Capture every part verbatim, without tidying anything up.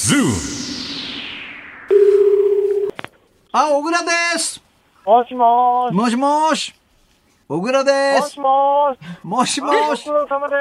ズーム。あ、小倉です。 もしもーし。 もしもーし。小倉です。 もしもーし。 もしもーし。 ご苦労様です。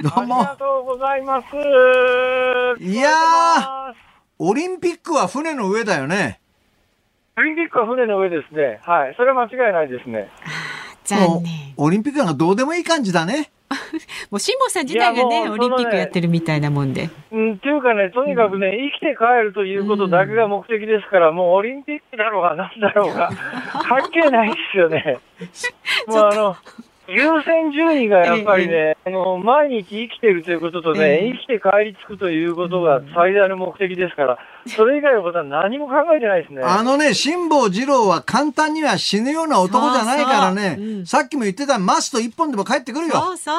どうも。 ありがとうございます。 いやー、オリンピックは船の上だよね。 オリンピックは船の上ですね。はい。それは間違いないですね。 残念。 オリンピックなんかどうでもいい感じだね。 もう辛坊さん自体がね、オリンピックやってるみたいなもんで。 うん、っていうかね、とにかくね、生きて帰るということだけが目的ですから、うん、もうオリンピックだろうがなんだろうが、関係ないですよね。もうあの、優先順位がやっぱりね、ええ、あの毎日生きてるということとね、ええ、生きて帰り着くということが最大の目的ですから、それ以外のことは何も考えてないですね。 あのね、辛坊治郎は簡単には死ぬような男じゃないからね、そうそう、うん、さっきも言ってたマスト一本でも帰ってくるよ。 そうそう。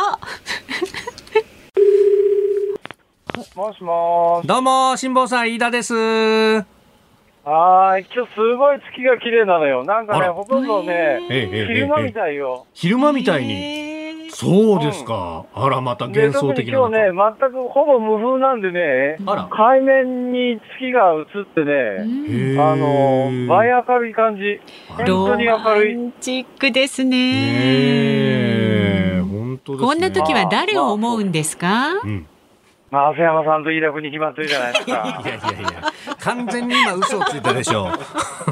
もしもーし。 どうも、辛坊さん、飯田です。 はい、今日すごい月が綺麗なのよ。なんかね、ほとんどね、昼間みたいよ。 昼間みたいに。そうですか。うん、あら、また幻想的な。 今日ね、全くほぼ無風なんでね、あら、海面に月が映ってね、あの、倍明るい感じ。本当に明るい。 ロマンチックですね。 ね、本当ですね。 こんな時は誰を思うんですか？まあ、 うん、まあ、浅山さんと飯田君に決まってるじゃないですか。 いやいやいや、完全に今嘘をついたでしょ。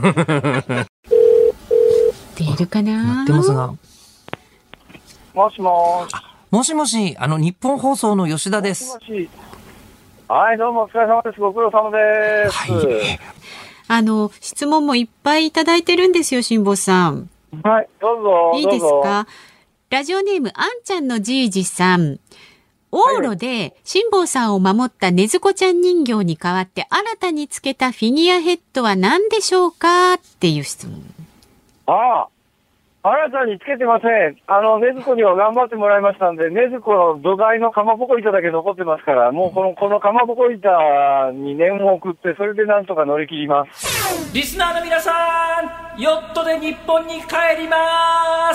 出るかな？ なってますが。 もしもーし。 もしもし、あの、日本放送の吉田です。 もしもし。はい、どうもお疲れ様です。ご苦労様です。はい。 あの、質問もいっぱいいただいてるんですよ、辛坊さん。 はい、どうぞ。 いいですか？ラジオネーム、あんちゃんのじいじさん。往路で辛坊さんを守ったねずこちゃん人形に代わって新たにつけたフィギュアヘッドは何でしょうかっていう質問。 ああ、新たにつけてません。あの、ねずこには頑張ってもらいましたんで、ねずこの土台のかまぼこ板だけ残ってますから、もうこの、このかまぼこ板に念を送って、それでなんとか乗り切ります。 リスナーの皆さん、ヨットで日本に帰ります。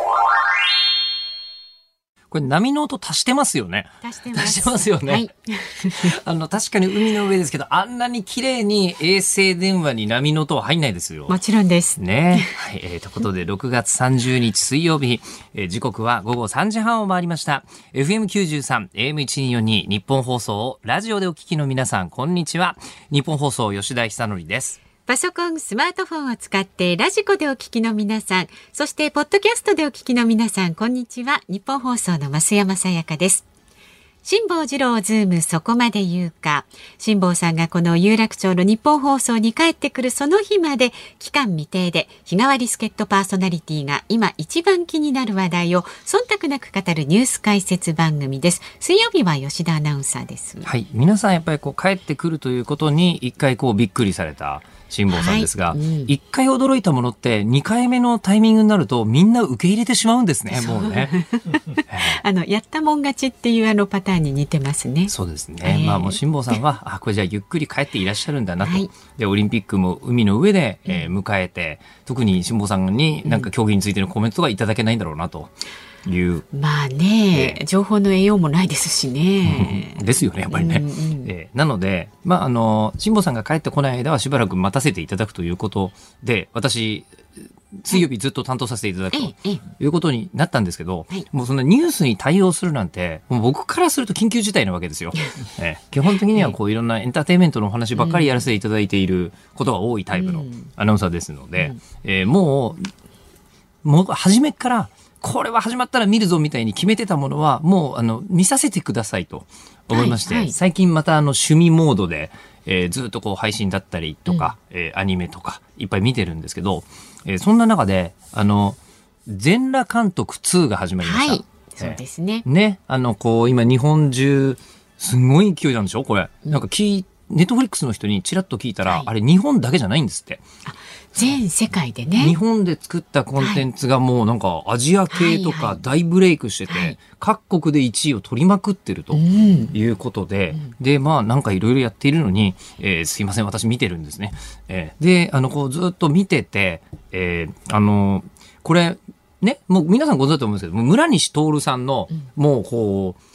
これ波の音足してますよね。 足してます。 足してますよね。はい、あの確かに海の上ですけど、あんなに綺麗に衛星電話に波の音は入んないですよ。 もちろんですね。はい、えー、ということでろくがつさんじゅうにち水曜日、えー、時刻はごごさんじはんを回りました。エフエムきゅうじゅうさん エーエムせんにひゃくよんじゅうに 日本放送をラジオでお聞きの皆さん、こんにちは。日本放送吉田久典です。 パソコン、スマートフォンを使ってラジコでお聞きの皆さん、そしてポッドキャストでお聞きの皆さん、こんにちは。日本放送の増山さやかです。辛坊治郎ズームそこまで言うか。辛坊さんがこの有楽町の日本放送に帰ってくるその日まで期間未定で日替わり助っ人パーソナリティが今一番気になる話題を忖度なく語るニュース解説番組です。水曜日は吉田アナウンサーです。 はい、皆さんやっぱりこう帰ってくるということに一回こうびっくりされた辛坊さんですが、はい、うん、いっかい驚いたものってにかいめのタイミングになるとみんな受け入れてしまうんですね。もうねあのやったもん勝ちっていうあのパターンに似てますね。 そうですね、えー、まあもう辛坊さんはあこれじゃあゆっくり帰っていらっしゃるんだなと、はい、でオリンピックも海の上で、えー、迎えて、特に辛坊さんになんか競技についてのコメントがいただけないんだろうなという、 まあね、えー、情報の得ようもないですしねですよねやっぱりね、うんうん、えー、なのでまああの辛坊さんが帰ってこない間はしばらく待たせていただくということで、私水曜日ずっと担当させていただくということになったんですけど、はい、もうそんなニュースに対応するなんてもう僕からすると緊急事態なわけですよ、えー、基本的にはこういろんなエンターテインメントのお話ばっかりやらせていただいていることが多いタイプのアナウンサーですので、うんうん、えー、もうもう初めからこれは始まったら見るぞみたいに決めてたものはもうあの見させてくださいと思いまして、はいはい、最近またあの趣味モードで、えー、ずっとこう配信だったりとか、うん、えー、アニメとかいっぱい見てるんですけど、えー、そんな中であの全裸監督ツーが始まりました。はい、 そうですね。 えー、ね、あのこう今日本中すごい勢いなんでしょこれ、うん、なんかキーネットフリックスの人にちらっと聞いたら、はい、あれ日本だけじゃないんですって。 あ、全世界でね。 日本で作ったコンテンツがもうなんかアジア系とか大ブレイクしてて、はいはい、各国でいちいを取りまくってるということで、うん、でまあなんかいろいろやっているのに、えー、すいません私見てるんですね。えー、であのこうずっと見てて、えー、あのこれねもう皆さんご存知だと思うんですけど、村西徹さんのもうこう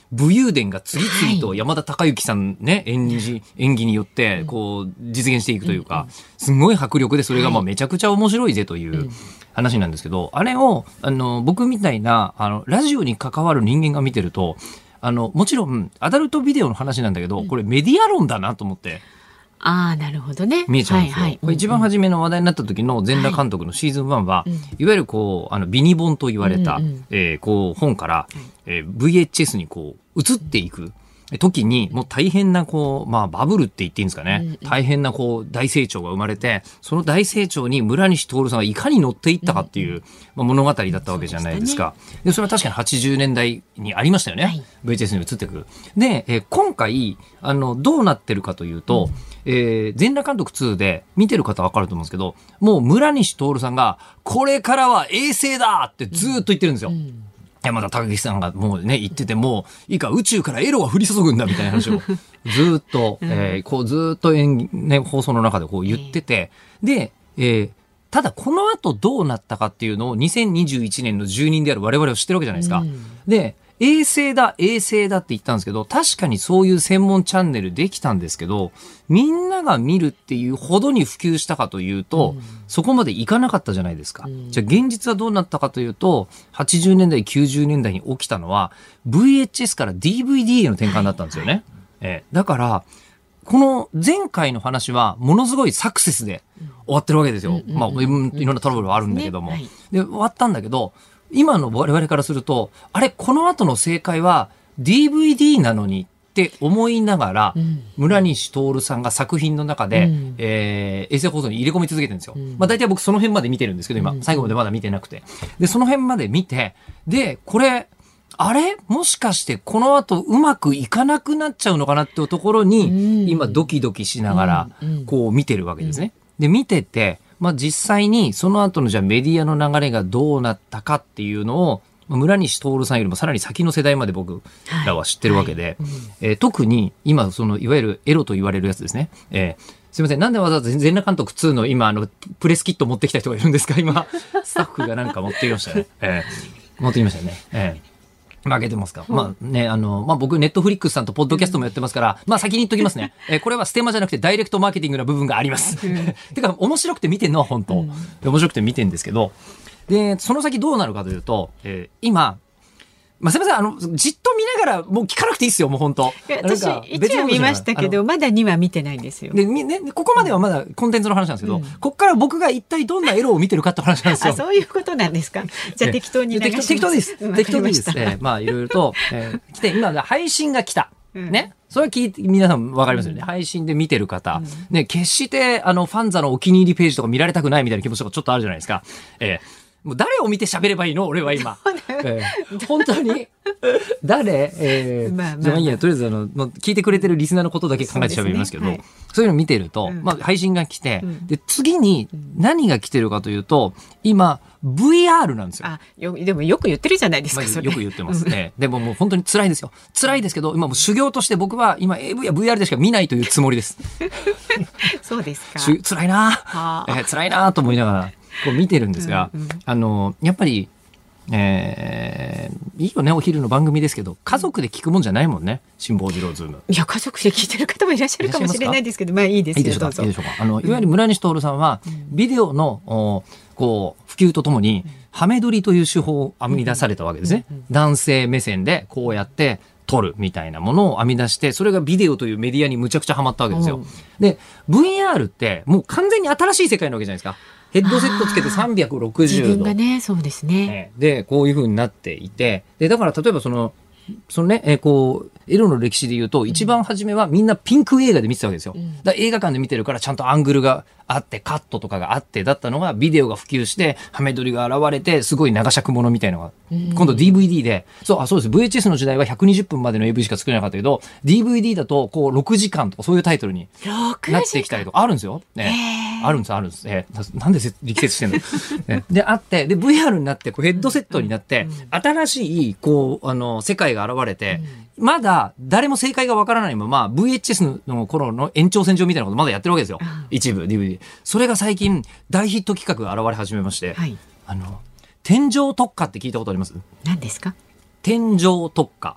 武勇伝が次々と山田孝之さんね、演じ、演技によって、こう、実現していくというか、すごい迫力で、それがまあめちゃくちゃ面白いぜという話なんですけど、あれを、あの、僕みたいな、あの、ラジオに関わる人間が見てると、あの、もちろん、アダルトビデオの話なんだけど、これメディア論だなと思って。 ああ、なるほどね。 見えちゃうんですよ。 はいはい、 これ一番初めの話題になった時の全裸監督のシーズンワンは、はい、いわゆるこう、あの、ビニ本と言われた、うんうん、えー、こう、本から、えー、ブイエイチエス にこう、移っていく時に、もう大変なこう、まあ、バブルって言っていいんですかね。うんうん、大変なこう、大成長が生まれて、その大成長に村西徹さんがいかに乗っていったかっていう、うんうん、まあ、物語だったわけじゃないですか。そ で, ね、で、それは確かにはちじゅうねんだいにありましたよね。はい、ブイエイチエス に移ってくる。で、えー、今回、あの、どうなってるかというと、うん、えー、全裸監督ツーで見てる方わかると思うんですけど、もう村西徹さんが、これからは衛星だってずーっと言ってるんですよ。うんうん、山田孝之さんがもうね、言ってて、もういいか、宇宙からエロが降り注ぐんだみたいな話をずっと、えー、こうずっと演、ね、放送の中でこう言ってて、で、えー、ただこの後どうなったかっていうのをにせんにじゅういちねんの住人である我々は知ってるわけじゃないですか。うん、で、衛星だ、衛星だって言ったんですけど、確かにそういう専門チャンネルできたんですけど、みんなが見るっていうほどに普及したかというと、うん、そこまでいかなかったじゃないですか。うん、じゃあ現実はどうなったかというと、はちじゅうねんだい、きゅうじゅうねんだいに起きたのは、ブイエイチエス から ディーブイディー への転換だったんですよね。はいはい、えー、だから、この前回の話はものすごいサクセスで終わってるわけですよ。うん、まあ、いろんなトラブルはあるんだけども。ね、はい、で、終わったんだけど、今の我々からすると、あれ、この後の正解は ディーブイディー なのにって思いながら、うん、村西徹さんが作品の中で、うん、えー、衛星放送に入れ込み続けてるんですよ。うん、まあ大体僕その辺まで見てるんですけど、今、最後までまだ見てなくて。で、その辺まで見て、で、これ、あれもしかしてこの後うまくいかなくなっちゃうのかなっていうところに、今ドキドキしながら、こう見てるわけですね。で、見てて、まあ実際にその後のじゃあメディアの流れがどうなったかっていうのを、村西徹さんよりもさらに先の世代まで僕らは知ってるわけで、はいはい、えー、特に今そのいわゆるエロと言われるやつですね。えー、すいません、なんでわざわざ全裸監督ツーの今あのプレスキット持ってきた人がいるんですか？今スタッフがなんか持ってきましたね。えー、持ってきましたね。えー負けてますか。まあね、あの、まあ僕、ネットフリックスさんとポッドキャストもやってますから、まあ先に言っときますね。えー、これはステマじゃなくてダイレクトマーケティングな部分があります。てか、面白くて見てんのは本当。うん、面白くて見てんですけど、で、その先どうなるかというと、えー、今、まあ、すみません、あの、じっと見ながら、もう聞かなくていいですよ、もう本当。 私、一話見ましたけど、まだにわ見てないんですよ。 で、ね、ここまではまだコンテンツの話なんですけど、うん、ここから僕が一体どんなエロを見てるかって話なんですよ。 あ、そういうことなんですか。じゃあ適当に流します。 適当です。適当でいいです。えー、まあ、いろいろと、えー、来て、今、配信が来た。うん、ね。それは聞いて、皆さんわかりますよね。うん、配信で見てる方。うん、ね、決して、あの、ファンザのお気に入りページとか見られたくないみたいな気持ちとかちょっとあるじゃないですか。えーもう誰を見て喋ればいいの俺は今。えー、本当に誰、えー、まあまあ、じゃあいいや、とりあえずあの、聞いてくれてるリスナーのことだけ考えて喋りますけど、そう、ねはい、そういうの見てると、うん、まあ配信が来て、うん、で、次に何が来てるかというと、今、ブイアール なんですよ。 あ、よ、でもよく言ってるじゃないですか、 まあ、 それ。 よく言ってますね。でももう本当に辛いですよ。辛いですけど、今もう修行として僕は今 エーブイ や ブイアール でしか見ないというつもりです。 そうですか。 辛いなぁ、えー、辛いなぁと思いながら。こう見てるんですが、うんうん、あのやっぱり、えー、いいよねお昼の番組ですけど家族で聞くもんじゃないもんね辛坊治郎ズーム。 いや家族で聞いてる方もいらっしゃるかもしれないですけどまあいいですよ。いいでしょうか。いいでしょうか。あのいわゆる村西徹さんは、うん、ビデオのこう普及とともに、うん、ハメ撮りという手法を編み出されたわけですね、うんうん、男性目線でこうやって撮るみたいなものを編み出してそれがビデオというメディアにむちゃくちゃハマったわけですよ、うん、で ブイアール ってもう完全に新しい世界なわけじゃないですか。ヘッドセットつけてさんびゃくろくじゅうど。自分がね、そうですね。 で、こういう風になっていて、で、だから例えばその、そのね、えー、こう、エロの歴史で言うと、一番初めはみんなピンク映画で見てたわけですよ。うん、だから映画館で見てるからちゃんとアングルがあって、カットとかがあって、だったのが、ビデオが普及して、ハメ撮りが現れて、すごい長尺ものみたいなのが、うん、今度 ディーブイディー で、そう、あ、そうです。ブイエイチエス の時代はひゃくにじゅっぷんまでの エーブイ しか作れなかったけど、ディーブイディー だと、こう、ろくじかんとかそういうタイトルになってきたりとか、あるんですよ。ね。あるんです、あるんです。えー、なんで力説してんの、ね、で、あって、で、ブイアール になって、こうヘッドセットになって、うん、新しい、こう、あの、世界が現れて、うん、まだ誰も正解がわからないまま、ブイエイチエス の頃の延長線上みたいなことまだやってるわけですよ。一部、ディーブイディー。それが最近、大ヒット企画が現れ始めまして、はい、あの、天井特化って聞いたことあります？ 何ですか？ 天井特化。うん、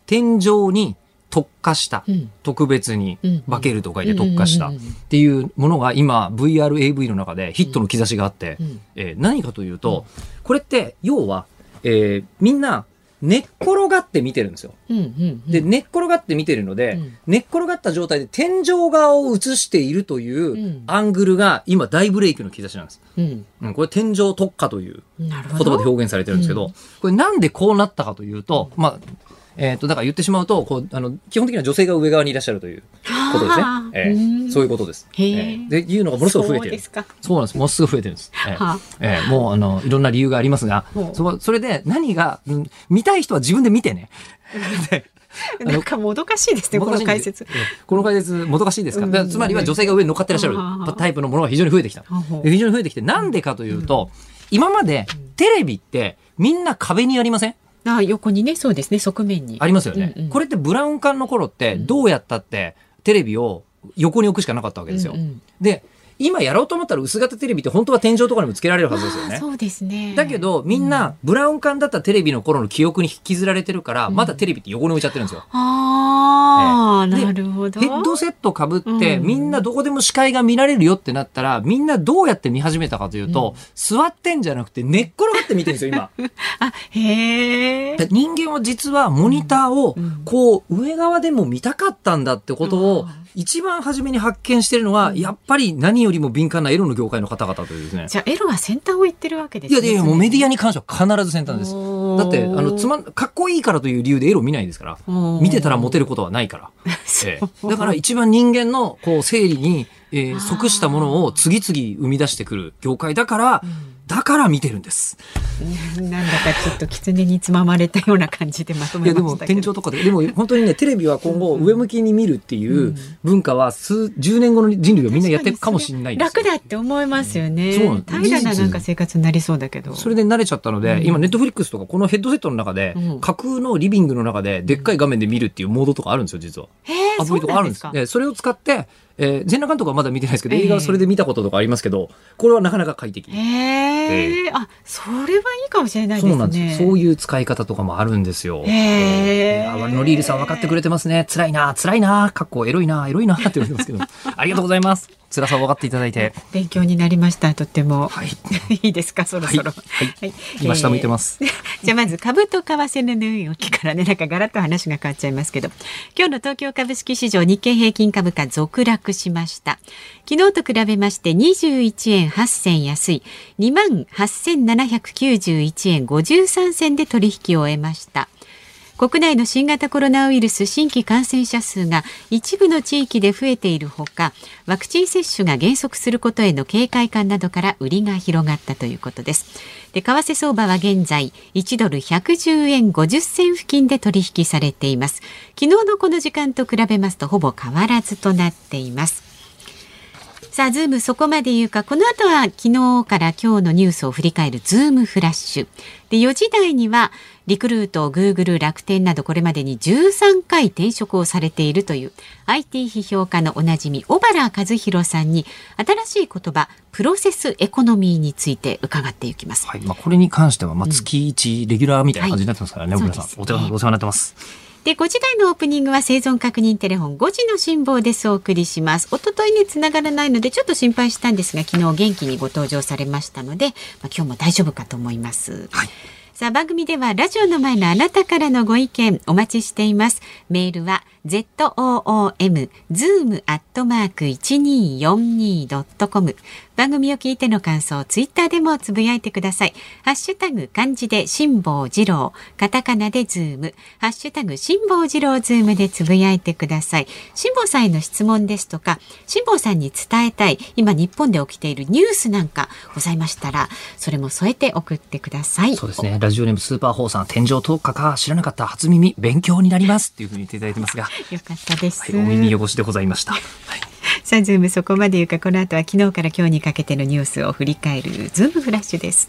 天井に特化した、うん、特別に化けると書いて特化したっていうものが今 ブイアールエーブイ の中でヒットの兆しがあって、うん、えー、何かというと、うん、これって要は、えー、みんな寝っ転がって見てるんですよ。うんうんうん、で寝っ転がって見てるので、うん、寝っ転がった状態で天井側を映しているというアングルが今大ブレイクの兆しなんです。うんうん、これ天井特化という言葉で表現されてるんですけど、うん、これなんでこうなったかというと、まあえー、とだから言ってしまうとこうあの基本的には女性が上側にいらっしゃるということですね、えー、そういうことです、えー、でいうのがものすごく増えてる。そうですか。そうなんです。ものすごく増えてるんです、えーえー、もうあのいろんな理由がありますが、そ, それで何が、うん、見たい人は自分で見てねでなんかもどかしいですね、この解説。 この解説もどかしいですか、うん、つまりは女性が上に乗っかってらっしゃるタイプのものが非常に増えてきた。非常に増えてきて、なんでかというと、うん、今までテレビってみんな壁にありません？ あ、横にね、そうですね、側面にありますよね、うんうん、これってブラウン管の頃ってどうやったってテレビを横に置くしかなかったわけですよ、うんうん、で今やろうと思ったら薄型テレビって本当は天井とかにもつけられるはずですよね。 そうですね。 だけどみんなブラウン管だったテレビの頃の記憶に引きずられてるから、うん、まだテレビって横に置いちゃってるんですよ。 ああ、えー、なるほど。 ヘッドセットかぶって、うん、みんなどこでも視界が見られるよってなったら、みんなどうやって見始めたかというと、うん、座ってんじゃなくて寝っ転がって見てるんですよ今。 あ、へー。 人間は実はモニターをこう上側でも見たかったんだってことを、うん一番初めに発見してるのは、うん、やっぱり何よりも敏感なエロの業界の方々というですね。 じゃあエロは先端を言ってるわけですね。 いやいやもうメディアに関しては必ず先端です。だってあのつまかっこいいからという理由でエロ見ないですから、見てたらモテることはないから、ええ、だから一番人間のこう生理に、えー、即したものを次々生み出してくる業界だから、うんだから見てるんです。 なんだかちょっと狐につままれたような感じでまとめましたけど。いやでも天井とかででも本当にねテレビは今後上向きに見るっていう文化は数十年後の人類はみんなやっていくかもしれないですよ。 楽だって思いますよね。そうなん平らななんか生活になりそうだけど。 それで慣れちゃったので、うん、今ネットフリックスとかこのヘッドセットの中で、うん、架空のリビングの中ででっかい画面で見るっていうモードとかあるんですよ実は。 アプリとかあるんですか。でそれを使ってえー、全裸監督はまだ見てないですけど、映画はそれで見たこととかありますけど、これはなかなか快適。 へー、えー、あ、それはいいかもしれないですね。 そうなんです。そういう使い方とかもあるんですよ。 へー。 あ、のリールさん分かってくれてますね。辛いな、辛いな、かっこエロいな、エロいなって言われてますけど、ありがとうございます。辛さを分かっていただいて勉強になりました。とっても、 はい、 いいですかそろそろ、 はいはい、今下向いてます、 えー、じゃあまず株と為替の値動きからね、なんかガラッと話が変わっちゃいますけど、今日の東京株式市場日経平均株価続落しました。昨日と比べましてにじゅういちえんはっ銭安い にまんはっせんななひゃくきゅうじゅういちえんごじゅうさん銭で取引を終えました。国内の新型コロナウイルス新規感染者数が一部の地域で増えているほか、ワクチン接種が減速することへの警戒感などから売りが広がったということです。で、為替相場は現在いちドルひゃくじゅうえんごじゅっ銭付近で取引されています。昨日のこの時間と比べますとほぼ変わらずとなっています。さあズームそこまで言うか、この後は昨日から今日のニュースを振り返るズームフラッシュで、よじ台にはリクルート、グーグル、楽天などこれまでにじゅうさんかい転職をされているという アイティー 批評家のおなじみ小原和弘さんに新しい言葉プロセスエコノミーについて伺っていきます。 はい、まあ、これに関してはまあ月いちレギュラーみたいな感じになってますからね、 うん、 小原さん、お世話になってます。 でごじ台のオープニングは生存確認テレフォンごじの辛抱です。お送りします。一昨日につながらないのでちょっと心配したんですが、昨日元気にご登場されましたので、まあ、今日も大丈夫かと思います。 はい。 さあ番組ではラジオの前のあなたからのご意見お待ちしています。メールは ズーム ズーム アットマーク いちにーよんにー ドットコム、番組を聞いての感想、ツイッターでもつぶやいてください。ハッシュタグ漢字で辛坊治郎、カタカナでズーム、ハッシュタグ辛坊治郎ズームでつぶやいてください。辛坊さんへの質問ですとか、辛坊さんに伝えたい今日本で起きているニュースなんかございましたら、それも添えて送ってください。 そうですね、ラジオネームスーパーホーさん、天井特化か知らなかった、初耳勉強になりますっていうふうに言っていただいてますが、 よかったです、 はい、お耳汚しでございました。はい、 さあズームそこまで言うか、この後は昨日から今日にかけてのニュースを振り返るズームフラッシュです。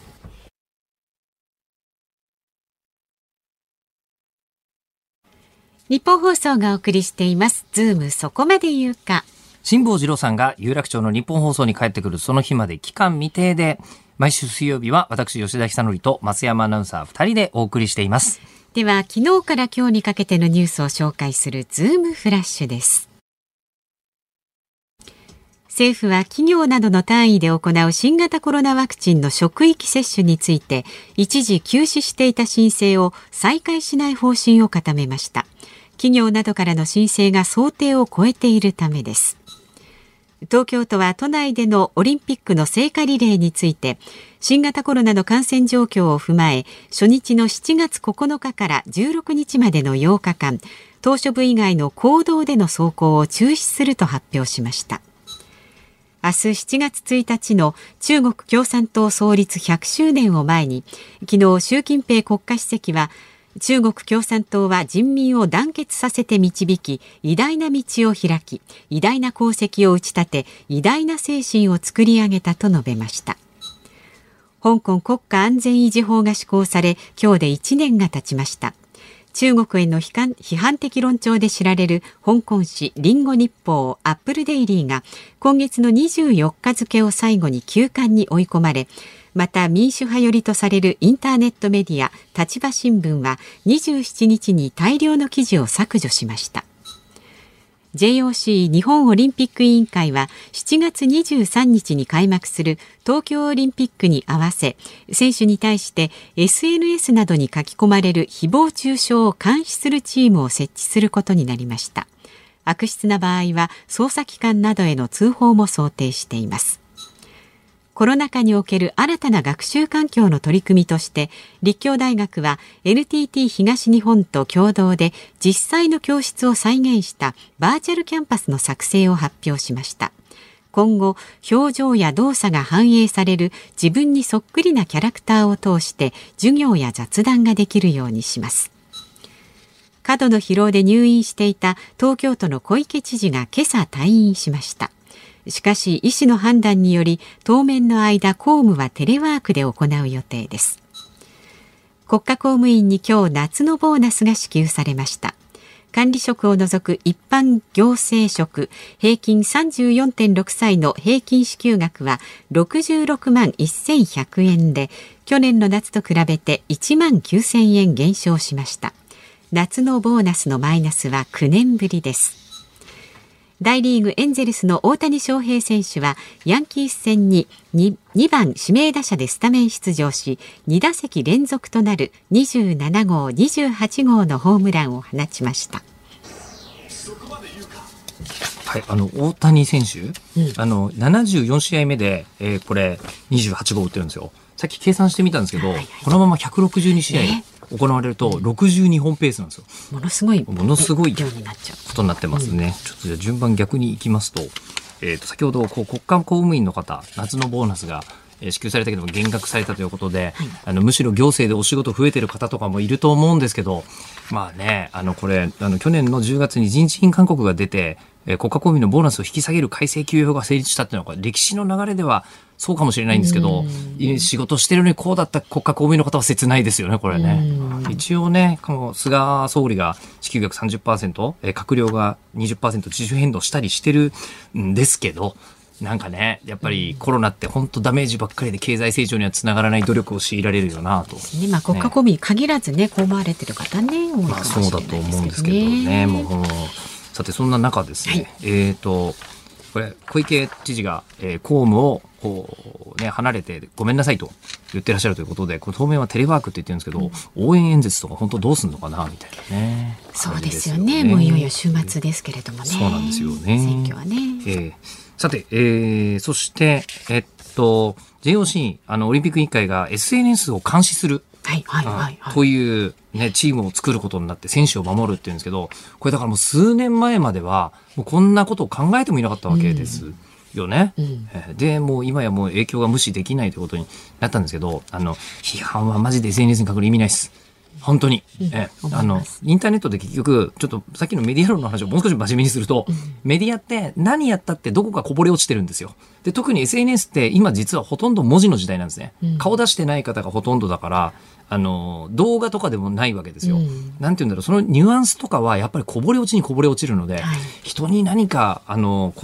日本放送がお送りしていますズームそこまで言うか。 辛坊治郎さんが有楽町の日本放送に帰ってくるその日まで期間未定で、毎週水曜日は私吉田久典と増山アナウンサーふたりでお送りしています。 では昨日から今日にかけてのニュースを紹介するズームフラッシュです。政府は企業などの単位で行う新型コロナワクチンの職域接種について一時休止していた申請を再開しない方針を固めました。企業などからの申請が想定を超えているためです。東京都は都内でのオリンピックの聖火リレーについて新型コロナの感染状況を踏まえ初日のしちがつここのかからじゅうろくにちまでのようかかん島しょ部以外の公道での走行を中止すると発表しました。明日しちがつついたちの中国共産党創立ひゃくしゅうねんを前に昨日習近平国家主席は中国共産党は人民を団結させて導き偉大な道を開き偉大な功績を打ち立て偉大な精神を作り上げたと述べました。香港国家安全維持法が施行され今日でいちねんが経ちました。中国への批判的論調で知られる香港紙リンゴ日報アップルデイリーが今月のにじゅうよっか付を最後に休刊に追い込まれ、また民主派寄りとされるインターネットメディア立場新聞はにじゅうしちにちに大量の記事を削除しました。 ジェイオーシー 日本オリンピック委員会はしちがつにじゅうさんにちに開幕する東京オリンピックに合わせ選手に対して エスエヌエス などに書き込まれる誹謗中傷を監視するチームを設置することになりました。悪質な場合は捜査機関などへの通報も想定しています。コロナ禍における新たな学習環境の取り組みとして立教大学は エヌティーティー 東日本と共同で実際の教室を再現したバーチャルキャンパスの作成を発表しました。今後表情や動作が反映される自分にそっくりなキャラクターを通して授業や雑談ができるようにします。過度の疲労で入院していた東京都の小池知事が今朝退院しました。しかし医師の判断により当面の間公務はテレワークで行う予定です。国家公務員に今日夏のボーナスが支給されました。管理職を除く一般行政職平均 さんじゅうよんてんろく 歳の平均支給額はろくじゅうろくまんせんひゃくえんで去年の夏と比べていちまんきゅうせんえん減少しました。夏のボーナスのマイナスはきゅうねんぶりです。大リーグエンゼルスの大谷翔平選手はヤンキース戦に 2, にばん指名打者でスタメン出場しにだせき連続となるにじゅうななごう、にじゅうはちごうのホームランを放ちました。 はい、あの大谷選手、うん、あのななじゅうよんしあいめで、えー、これにじゅうはちごう打ってるんですよ。さっき計算してみたんですけど、はいはい、このままひゃくろくじゅうにしあい、えー行われるとろくじゅうにほんペースなんですよ。 ものすごいものすごいことになってますね。うん、ちょっとじゃあ順番逆にいきますと、えー、と先ほどこう国家公務員の方夏のボーナスが支給されたけども減額されたということで、はい、あのむしろ行政でお仕事増えてる方とかもいると思うんですけど、まあね、あのこれあの去年のじゅうがつに人事院勧告が出て、えー、国家公務員のボーナスを引き下げる改正給与法が成立したっていうのは歴史の流れではそうかもしれないんですけど、仕事してるのにこうだった国家公務員の方は切ないですよね、これね。一応ね、この菅総理が支給額 さんじゅっパーセント、閣僚が にじゅっパーセント 自主変動したりしてるんですけど、なんかね、やっぱりコロナって本当ダメージばっかりで経済成長にはつながらない努力を強いられるよなと。 ね、まあ、国家公務員限らずね、こう思われてる方ね、多いかもしれないですけどね。 まあそうだと思うんですけどね。もうさてそんな中ですね、はい、えーと、これ小池知事が、えー、公務をこうね、離れてごめんなさいと言ってらっしゃるということで、これ当面はテレワークって言ってるんですけど、うん、応援演説とか本当どうすんのかなみたいなね。 そうですよね。もういよいよ週末ですけれどもね。 そうなんですよね。 選挙はね。 えー、さて、えー、そしてえっと ジェイオーシー あのオリンピック委員会が エスエヌエス を監視する。はいはいはいはい、という、ね、チームを作ることになって選手を守るっていうんですけど、これだからもう数年前まではもうこんなことを考えてもいなかったわけですよね。うん、でもう今やもう影響が無視できないということになったんですけど、あの批判はマジで エスエヌエス に書く意味ないです。本当に、うん、えあのインターネットで結局ちょっとさっきのメディア論の話をもう少し真面目にすると、うん、メディアって何やったってどこかこぼれ落ちてるんですよ。で特に エスエヌエス って今実はほとんど文字の時代なんですね、うん、顔出してない方がほとんどだからあの動画とかでもないわけですよ、うん、なんていうんだろう、そのニュアンスとかはやっぱりこぼれ落ちにこぼれ落ちるので、はい、人に何かあのこう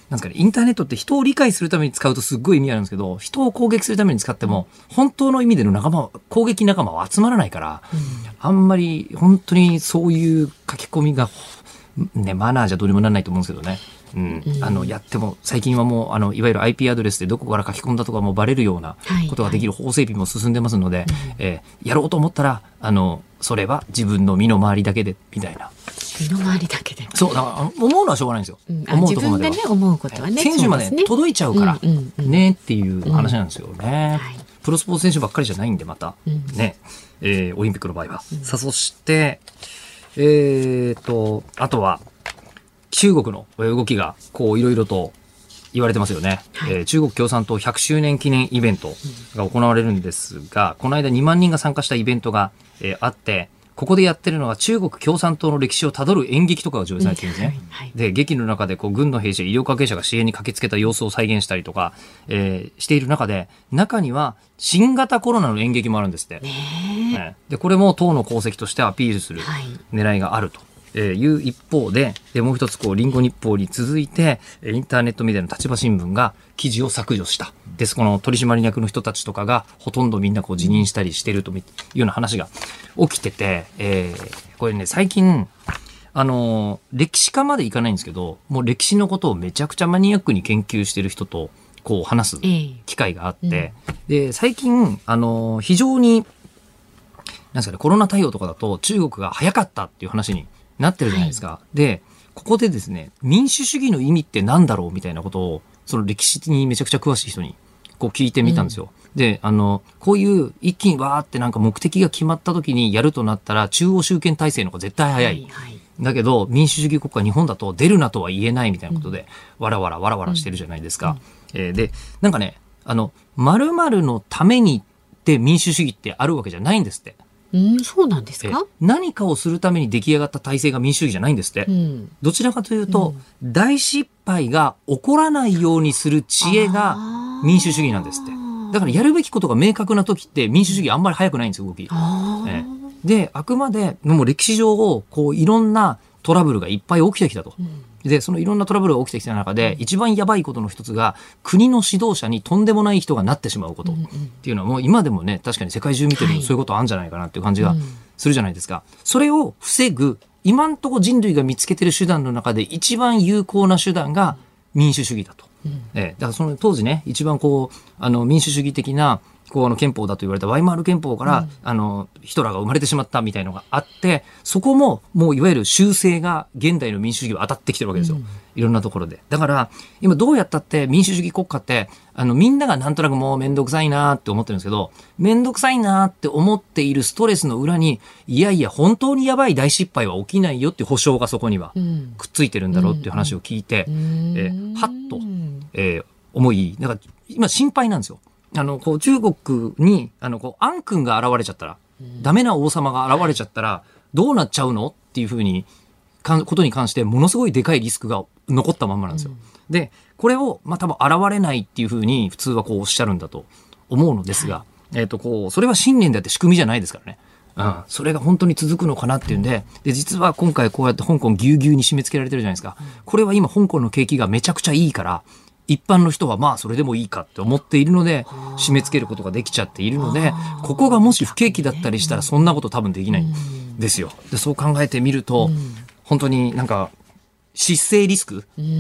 なんですかね、インターネットって人を理解するために使うとすっごい意味あるんですけど、人を攻撃するために使っても、本当の意味での仲間、攻撃仲間は集まらないから、うん、あんまり本当にそういう書き込みが、ね、マナーじゃどうにもならないと思うんですけどね。うんうん、あのやっても最近はもうあのいわゆる アイピー アドレスでどこから書き込んだとかもバレるようなことができる法整備も進んでますので、はいはい、えー、やろうと思ったらあのそれは自分の身の回りだけでみたいな。 身の回りだけで。 そうだから思うのはしょうがないんですよ。うん、思うところまでは。 自分がね思うことはね。 選手まで届いちゃうから、うんうんうん、ねっていう話なんですよね、うんはい。プロスポーツ選手ばっかりじゃないんでまた、うん、ね、えー、オリンピックの場合は。うん、さあそしてえー、とあとは。中国の動きがこういろいろと言われてますよね、はい、えー、中国共産党ひゃくしゅうねん記念イベントが行われるんですが、この間にまんにんが参加したイベントが、えー、あって、ここでやってるのは中国共産党の歴史をたどる演劇とかが上映されてるんですね、はいはい、で劇の中でこう軍の兵士や医療関係者が支援に駆けつけた様子を再現したりとか、えー、している中で、中には新型コロナの演劇もあるんですって、ね、でこれも党の功績としてアピールする狙いがあるとえー、いう一方で、でもう一つこうリンゴ日報に続いてインターネットメディアの立場新聞が記事を削除したです。この取締役の人たちとかがほとんどみんなこう辞任したりしてるというような話が起きてて、えー、これね最近あのー、歴史家までいかないんですけど、もう歴史のことをめちゃくちゃマニアックに研究してる人とこう話す機会があって、えーうん、で最近あのー、非常になんですかね、コロナ対応とかだと中国が早かったっていう話になってるじゃないですか、はい、でここでですね、民主主義の意味って何だろうみたいなことをその歴史にめちゃくちゃ詳しい人にこう聞いてみたんですよ、うん、であのこういう一気にわーってなんか目的が決まった時にやるとなったら中央集権体制の方が絶対早い、はいはい、だけど民主主義国家日本だと出るなとは言えないみたいなことで、うん、わらわらわらわらしてるじゃないですか、うんえー、でなんかね、あの〇〇のためにって民主主義ってあるわけじゃないんですって。 うん、そうなんですか。 何かをするために出来上がった体制が民主主義じゃないんですって、うん、どちらかというと、うん、大失敗が起こらないようにする知恵が民主主義なんですって。だからやるべきことが明確な時って民主主義あんまり早くないんですよ動き、ええ、であくまでもう歴史上をこういろんなトラブルがいっぱい起きてきたと、うんでそのいろんなトラブルが起きてきた中で、うん、一番やばいことの一つが国の指導者にとんでもない人がなってしまうことっていうのはもう今でもね確かに世界中見てるとそういうことあるんじゃないかなっていう感じがするじゃないですか、はいうん、それを防ぐ今んとこ人類が見つけてる手段の中で一番有効な手段が民主主義だと、うんえー、だからその当時ね一番こうあの民主主義的なこうの憲法だと言われたワイマール憲法から、うん、あのヒトラーが生まれてしまったみたいのがあって、そこももういわゆる修正が現代の民主主義は当たってきてるわけですよ、うん、いろんなところで。だから今どうやったって民主主義国家ってあのみんながなんとなくもうめんどくさいなって思ってるんですけど、めんどくさいなって思っているストレスの裏にいやいや本当にやばい大失敗は起きないよっていう保証がそこにはくっついてるんだろうっていう話を聞いて、うん、えー、はっと、えー、思いだから今心配なんですよ。あのこう中国にあのこう暗君が現れちゃったら、うん、ダメな王様が現れちゃったらどうなっちゃうのっていうふうにかことに関してものすごいでかいリスクが残ったまんまなんですよ、うん、でこれをまあ多分現れないっていうふうに普通はこうおっしゃるんだと思うのですが、はい、えーとこうそれは信念であって仕組みじゃないですからね、うん、それが本当に続くのかなっていうんで、で実は今回こうやって香港ぎゅうぎゅうに締め付けられてるじゃないですか、うん、これは今香港の景気がめちゃくちゃいいから一般の人はまあそれでもいいかって思っているので締め付けることができちゃっているので、ここがもし不景気だったりしたらそんなこと多分できないんですよ。でそう考えてみると本当になんか失勢リスク、うん、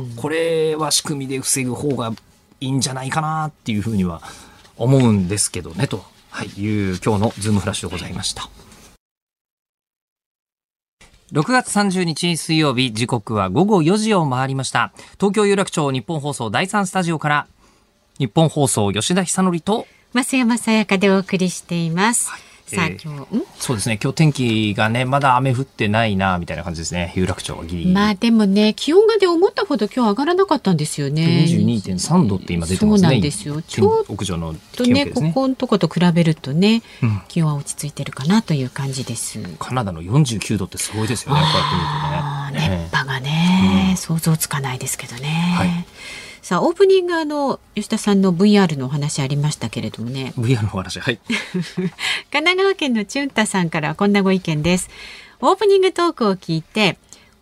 これは仕組みで防ぐ方がいいんじゃないかなっていうふうには思うんですけどねと、はい、いう今日のズームフラッシュでございました。ろくがつさんじゅうにち水曜日、時刻はごごよじを回りました。東京有楽町日本放送だいさんスタジオから日本放送吉田久典と増山さやかでお送りしています、はい。さあ、 えー、 今日んそうですね、今日天気がねまだ雨降ってないなみたいな感じですね。有楽町はギリギリ、 まあでもね気温がで思ったほど今日上がらなかったんですよね。 にじゅうにてんさんどって今出てますね。 そうなんですよ。ちょっ屋上のとねここのとこと比べるとね、うん、気温は落ち着いてるかなという感じです。 カナダのよんじゅうきゅうどってすごいですよね。こうやって見るとね、 熱波がね、うん、想像つかないですけどね、はい。さあオープニングの吉田さんの ブイアール のお話ありましたけれどもねブイアール のお話、はい神奈川県のチュンタさんからこんなご意見です。オープニングトークを聞いて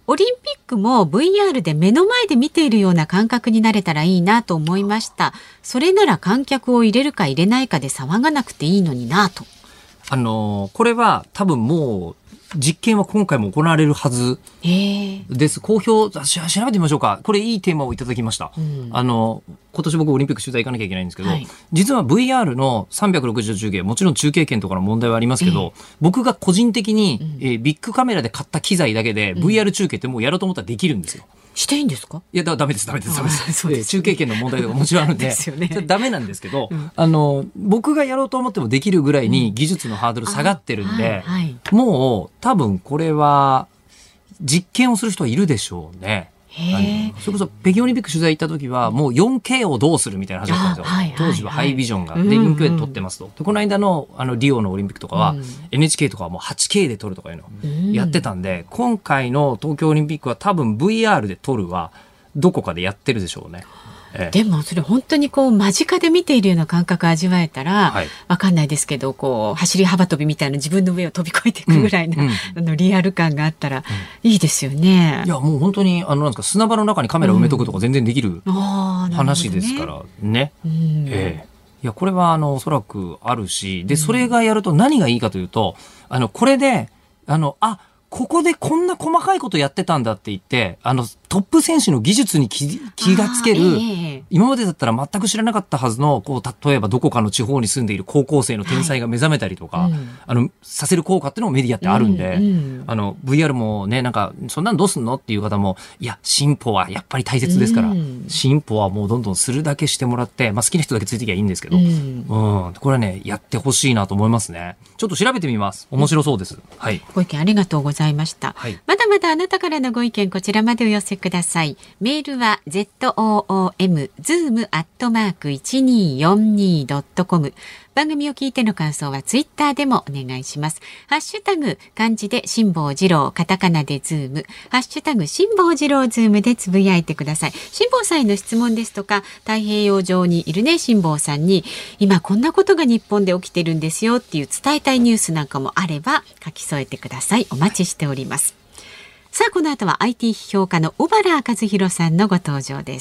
オリンピックも ブイアール で目の前で見ているような感覚になれたらいいなと思いました。それなら観客を入れるか入れないかで騒がなくていいのになと。 あのー、これは多分もう実験は今回も行われるはずです。公表、調べてみましょうか。これいいテーマをいただきました。うん、あの、今年僕オリンピック取材行かなきゃいけないんですけど、はい、実は ブイアール のさんびゃくろくじゅうど中継、もちろん中継権とかの問題はありますけど、えー、僕が個人的に、うんえー、ビッグカメラで買った機材だけで ブイアール 中継ってもうやろうと思ったらできるんですよ。 していいんですか？ いや、だ、ダメです、ダメです、ダメです。そうです、中継権の問題とかもちろんあるんで、 ですよね、 ダメなんですけど、うん、あの、僕がやろうと思ってもできるぐらいに技術のハードル下がってるんで、うんはいはい、もう多分これは実験をする人はいるでしょうね。それこそ北京オリンピック取材行った時はもう よんケー をどうするみたいな話だったんですよ、はいはいはい、当時はハイビジョンが、でインクで撮ってますと、でこの間のあのリオのオリンピックとかは、うん、エヌエイチケー とかはもう はちケー で撮るとかいうのをやってたんで、うん、今回の東京オリンピックは多分 ブイアール で撮るはどこかでやってるでしょうね。ええ、 でもそれ本当にこう間近で見ているような感覚を味わえたら、はい、わかんないですけど、こう走り幅跳びみたいな自分の上を飛び越えていくぐらいな、うんうん、あのリアル感があったらいいですよね。 いやもう本当にあのなんですか、砂場の中にカメラ埋めとくとか全然できる話ですからね。うん、ええ、いやこれはあのおそらくあるし、でそれがやると何がいいかというと、あのこれであのあここでこんな細かいことやってたんだって言って、あの、トップ選手の技術に 気, 気がつける、えー、今までだったら全く知らなかったはずの、こう、例えばどこかの地方に住んでいる高校生の天才が目覚めたりとか、はいうん、あの、させる効果っていうのもメディアってあるんで、うんうん、あの、ブイアール もね、なんか、そんなのどうすんのっていう方も、いや、進歩はやっぱり大切ですから、うん、進歩はもうどんどんするだけしてもらって、まあ好きな人だけついてきゃいいんですけど、うん、うん、これはね、やってほしいなと思いますね。ちょっと調べてみます。面白そうです。はい。 ご意見ありがとうございました。はい、まだまだあなたからのご意見こちらまでお寄せください。メールは ズーム アットマーク いちにーよんにー ドットコム。番組を聞いての感想はツイッターでもお願いします。ハッシュタグ漢字で辛坊治郎、カタカナでズーム、ハッシュタグ辛坊治郎ズームでつぶやいてください。辛坊さんへの質問ですとか、太平洋上にいるね辛坊さんに今こんなことが日本で起きてるんですよっていう伝えたいニュースなんかもあれば書き添えてください。お待ちしております。さあこの後は アイティー 批評家の小原和弘さんのご登場です。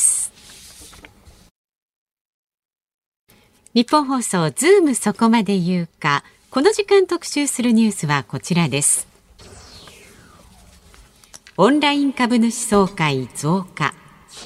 日本放送ズームそこまで言うか。この時間特集するニュースはこちらです。オンライン株主総会増加。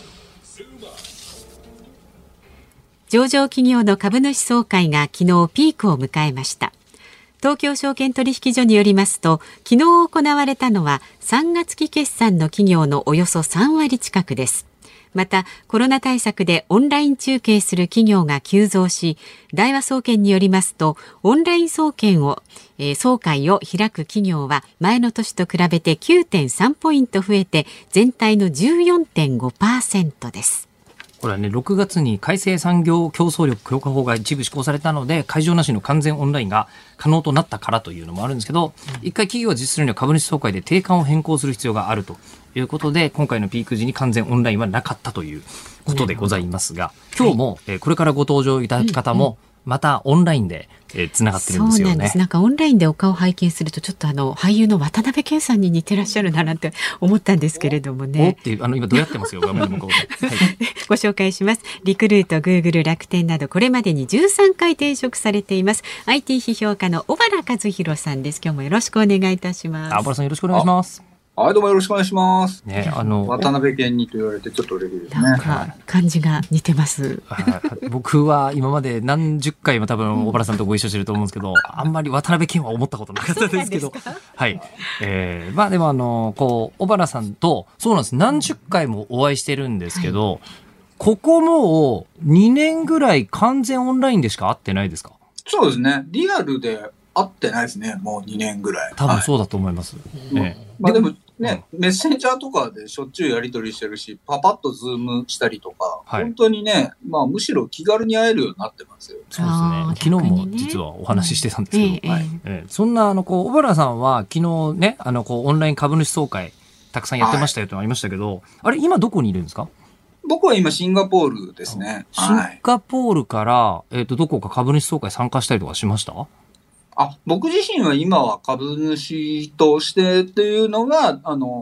上場企業の株主総会が昨日ピークを迎えました。東京証券取引所によりますと、昨日行われたのはさんがつ期決算の企業のおよそさんわり近くです。またコロナ対策でオンライン中継する企業が急増し、大和総研によりますと、オンライン総研を、えー、総会を開く企業は前の年と比べて きゅうてんさん ポイント増えて全体の じゅうよんてんごパーセント です。 これはね、ろくがつに改正産業競争力強化法が一部施行されたので、会場なしの完全オンラインが可能となったからというのもあるんですけど、うん、一回企業が実施するには株主総会で定款を変更する必要があるということで、今回のピーク時に完全オンラインはなかったということでございますが、今日も、はい、えー、これからご登場いただく方も、またオンラインで、えー、つながってるんですよね。 そうなんです。なんかオンラインでお顔拝見するとちょっとあの俳優の渡辺謙さんに似てらっしゃるななんて思ったんですけれどもね。 おっていうあの今どうやってますよ画面の向こうで、はい、 ご紹介します。リクルート、グーグル、楽天などこれまでにじゅうさんかい転職されています アイティー 批評家の小原和弘さんです。今日もよろしくお願いいたします。 あ、小原さんよろしくお願いします。 はい、どうもよろしくお願いします。 ね、あの渡辺謙にと言われてちょっと嬉しいですね。 なんか感じが似てます。 僕は今まで何十回も多分小原さんとご一緒してると思うんですけど、あんまり渡辺謙は思ったことなかったですけど、はい、えー、まあでもあのこう小原さんとそうなんです。何十回もお会いしてるんですけど、はい、ここもうにねんぐらい完全オンラインでしか会ってないですか？ そうですね。リアルで会ってないですね。もうにねんぐらい。 多分そうだと思います。 はい、ね、まあでもね、うん、メッセンジャーとかでしょっちゅうやり取りしてるし、パパッとズームしたりとか、はい、本当にね、まあむしろ気軽に会えるようになってますよ。 そうですね。昨日も実はお話ししてたんですけど、うんはいえー、そんなあのこう小原さんは昨日ね、あのこうオンライン株主総会たくさんやってましたよとありましたけど、はい、あれ今どこにいるんですか？ 僕は今シンガポールですね。 シンガポールから、えっとどこか株主総会参加したりとかしました？ あ、僕自身は今は株主としてっていうのが、あの、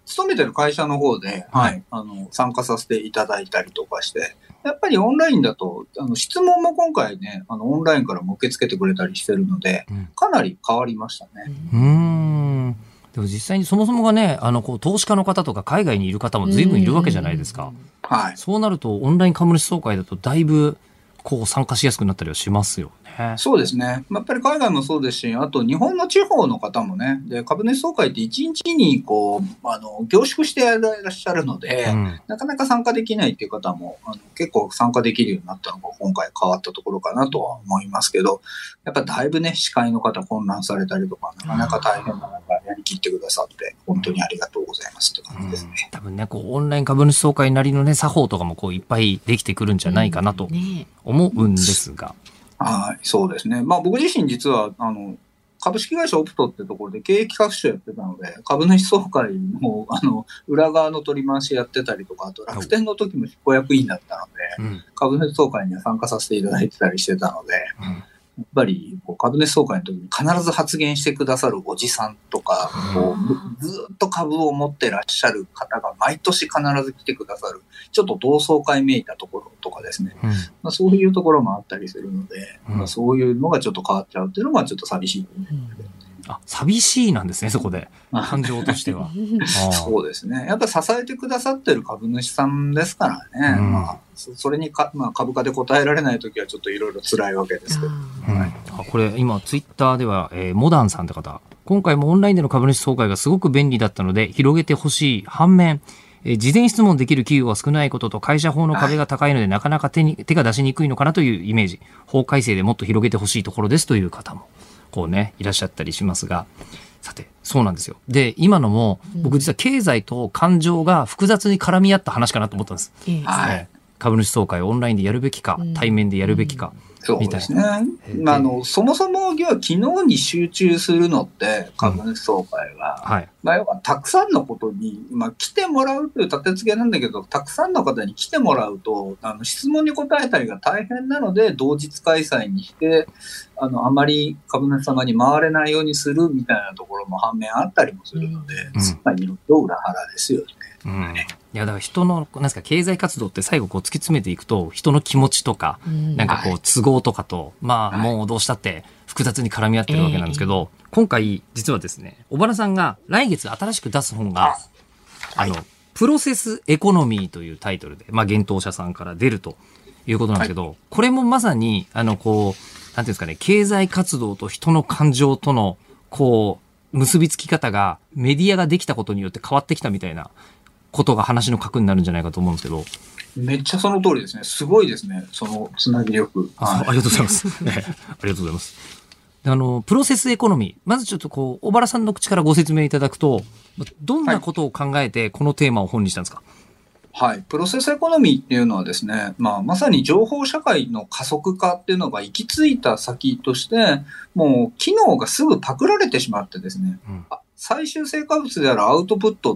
勤めてる会社の方で、はい、あの、参加させていただいたりとかして、やっぱりオンラインだと、あの、質問も今回ね、あの、オンラインからも受け付けてくれたりしてるので、うん、かなり変わりましたね。 うーん。でも実際にそもそもがね、あの、こう、投資家の方とか海外にいる方も随分いるわけじゃないですか。 はい。 そうなると、オンライン株主総会だとだいぶ、こう、参加しやすくなったりはしますよね。 そうですね。やっぱり海外もそうですし、あと日本の地方の方もね、で、株主総会っていちにちにこう、あの、凝縮してやらっしゃるので、うん、なかなか参加できないっていう方も、あの結構参加できるようになったのが今回変わったところかなとは思いますけど、やっぱだいぶね、司会の方混乱されたりとか、なかなか大変な中やりきってくださって、本当にありがとうございますって感じですね。 うん、多分ね、こう、オンライン株主総会なりのね、作法とかもこう、いっぱいできてくるんじゃないかなと思うんですが。 はい、そうですね。まあ僕自身実は、あの、株式会社オプトってところで経営企画書やってたので、株主総会も、あの、裏側の取り回しやってたりとか、あと楽天の時も執行役員だったので、うん、株主総会には参加させていただいてたりしてたので、うんやっぱりこう株主総会の時に必ず発言してくださるおじさんとか、こうずっと株を持ってらっしゃる方が毎年必ず来てくださる、ちょっと同窓会めいたところとかですね、うんまあ、そういうところもあったりするので、うんまあ、そういうのがちょっと変わっちゃうっていうのがちょっと寂しい、うん。 あ、寂しいなんですね、そこで。感情としては。 そうですね。やっぱり支えてくださってる株主さんですからね。うんまあ、それにか、まあ、株価で応えられないときはちょっといろいろ辛いわけですけど。 うんはい、あこれ、今、ツイッターでは、えー、モダンさんって方、今回もオンラインでの株主総会がすごく便利だったので、広げてほしい反面、えー、事前質問できる企業が少ないことと会社法の壁が高いので、はい、なかなか手に手が出しにくいのかなというイメージ。法改正でもっと広げてほしいところですという方も、こうね、いらっしゃったりしますが、さて、そうなんですよ。で、今のも、僕実は経済と感情が複雑に絡み合った話かなと思ったんです。うんはい、株主総会をオンラインでやるべきか、うん、対面でやるべきか。 そうですね。まあ、あの、そもそも、要は昨日に集中するのって、株主総会は、うんはい、まあ、要はたくさんのことに、まあ、来てもらうという立て付けなんだけど、たくさんの方に来てもらうと、あの、質問に答えたりが大変なので、同日開催にして、あの、あまり株主様に回れないようにするみたいなところも反面あったりもするので、うん、まあ、いろいろ裏腹ですよね。 うんいやだから人のなんですか経済活動って最後こう突き詰めていくと人の気持ちとか、うん、なんかこう都合とかと、まあもうどうしたって複雑に絡み合ってるわけなんですけど、はい、今回実はですね小原さんが来月新しく出す本が、はい、あのプロセスエコノミーというタイトルでまあ幻冬舎さんから出るということなんですけど、はい、これもまさにあのこうなんていうんですかね経済活動と人の感情とのこう結びつき方がメディアができたことによって変わってきたみたいなことが話の核になるんじゃないかと思うんですけど。 めっちゃその通りですね。すごいですね。そのつなぎ力。 あ, ありがとうございます。ね、ありがとうございます。あの、プロセスエコノミー。まずちょっとこう、小原さんの口からご説明いただくと、どんなことを考えてこのテーマを本にしたんですか？ はい。プロセスエコノミーっていうのはですね、まあ、まさに情報社会の加速化っていうのが行き着いた先として、もう機能がすぐパクられてしまってですね、うん最終成果物であるアウトプットって、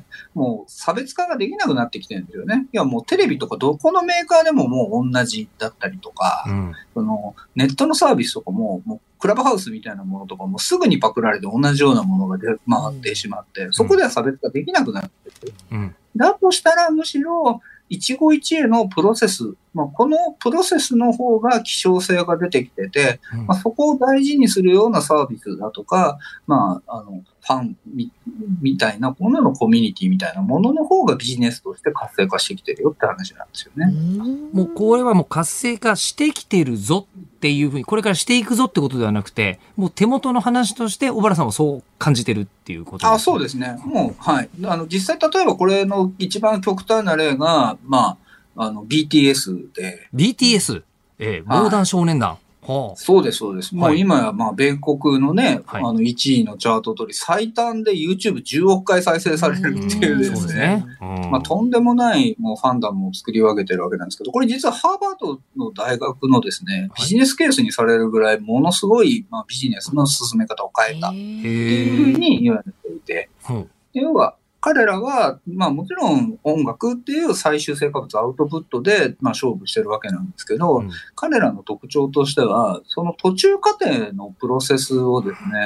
もう差別化ができなくなってきてるんですよね。いや、もうテレビとかどこのメーカーでももう同じだったりとか、うん、そのネットのサービスとかも、もうクラブハウスみたいなものとかもすぐにパクられて同じようなものが出回ってしまって、うん、そこでは差別化できなくなってる。うん、だとしたらむしろ、一期一会のプロセス、まあ、このプロセスの方が希少性が出てきてて、うんまあ、そこを大事にするようなサービスだとか、まあ、あの、ファン み, みたいなもののコミュニティみたいなものの方がビジネスとして活性化してきてるよって話なんですよね。 もうこれはもう活性化してきてるぞっていうふうに、これからしていくぞってことではなくて、もう手元の話として小原さんはそう感じてるっていうことですか？ あ、そうですね。もう、はい。あの、実際例えばこれの一番極端な例が、まあ、あの、ビーティーエス で。 ビーティーエス? ええ、防弾少年団。はいはあ、そうです、そうです。もう今や、まあ、米国のね、はい、あの、いちいのチャート取り、最短で YouTubeじゅうおくかい再生されるっていうですね。まあ、とんでもない、もうファンダムを作り上げてるわけなんですけど、これ実はハーバードの大学のですね、ビジネスケースにされるぐらい、ものすごい、まあ、ビジネスの進め方を変えたっていうふうに言われていて、要は、彼らは、まあもちろん音楽っていう最終成果物アウトプットで、まあ、勝負してるわけなんですけど、うん、彼らの特徴としては、その途中過程のプロセスをですね、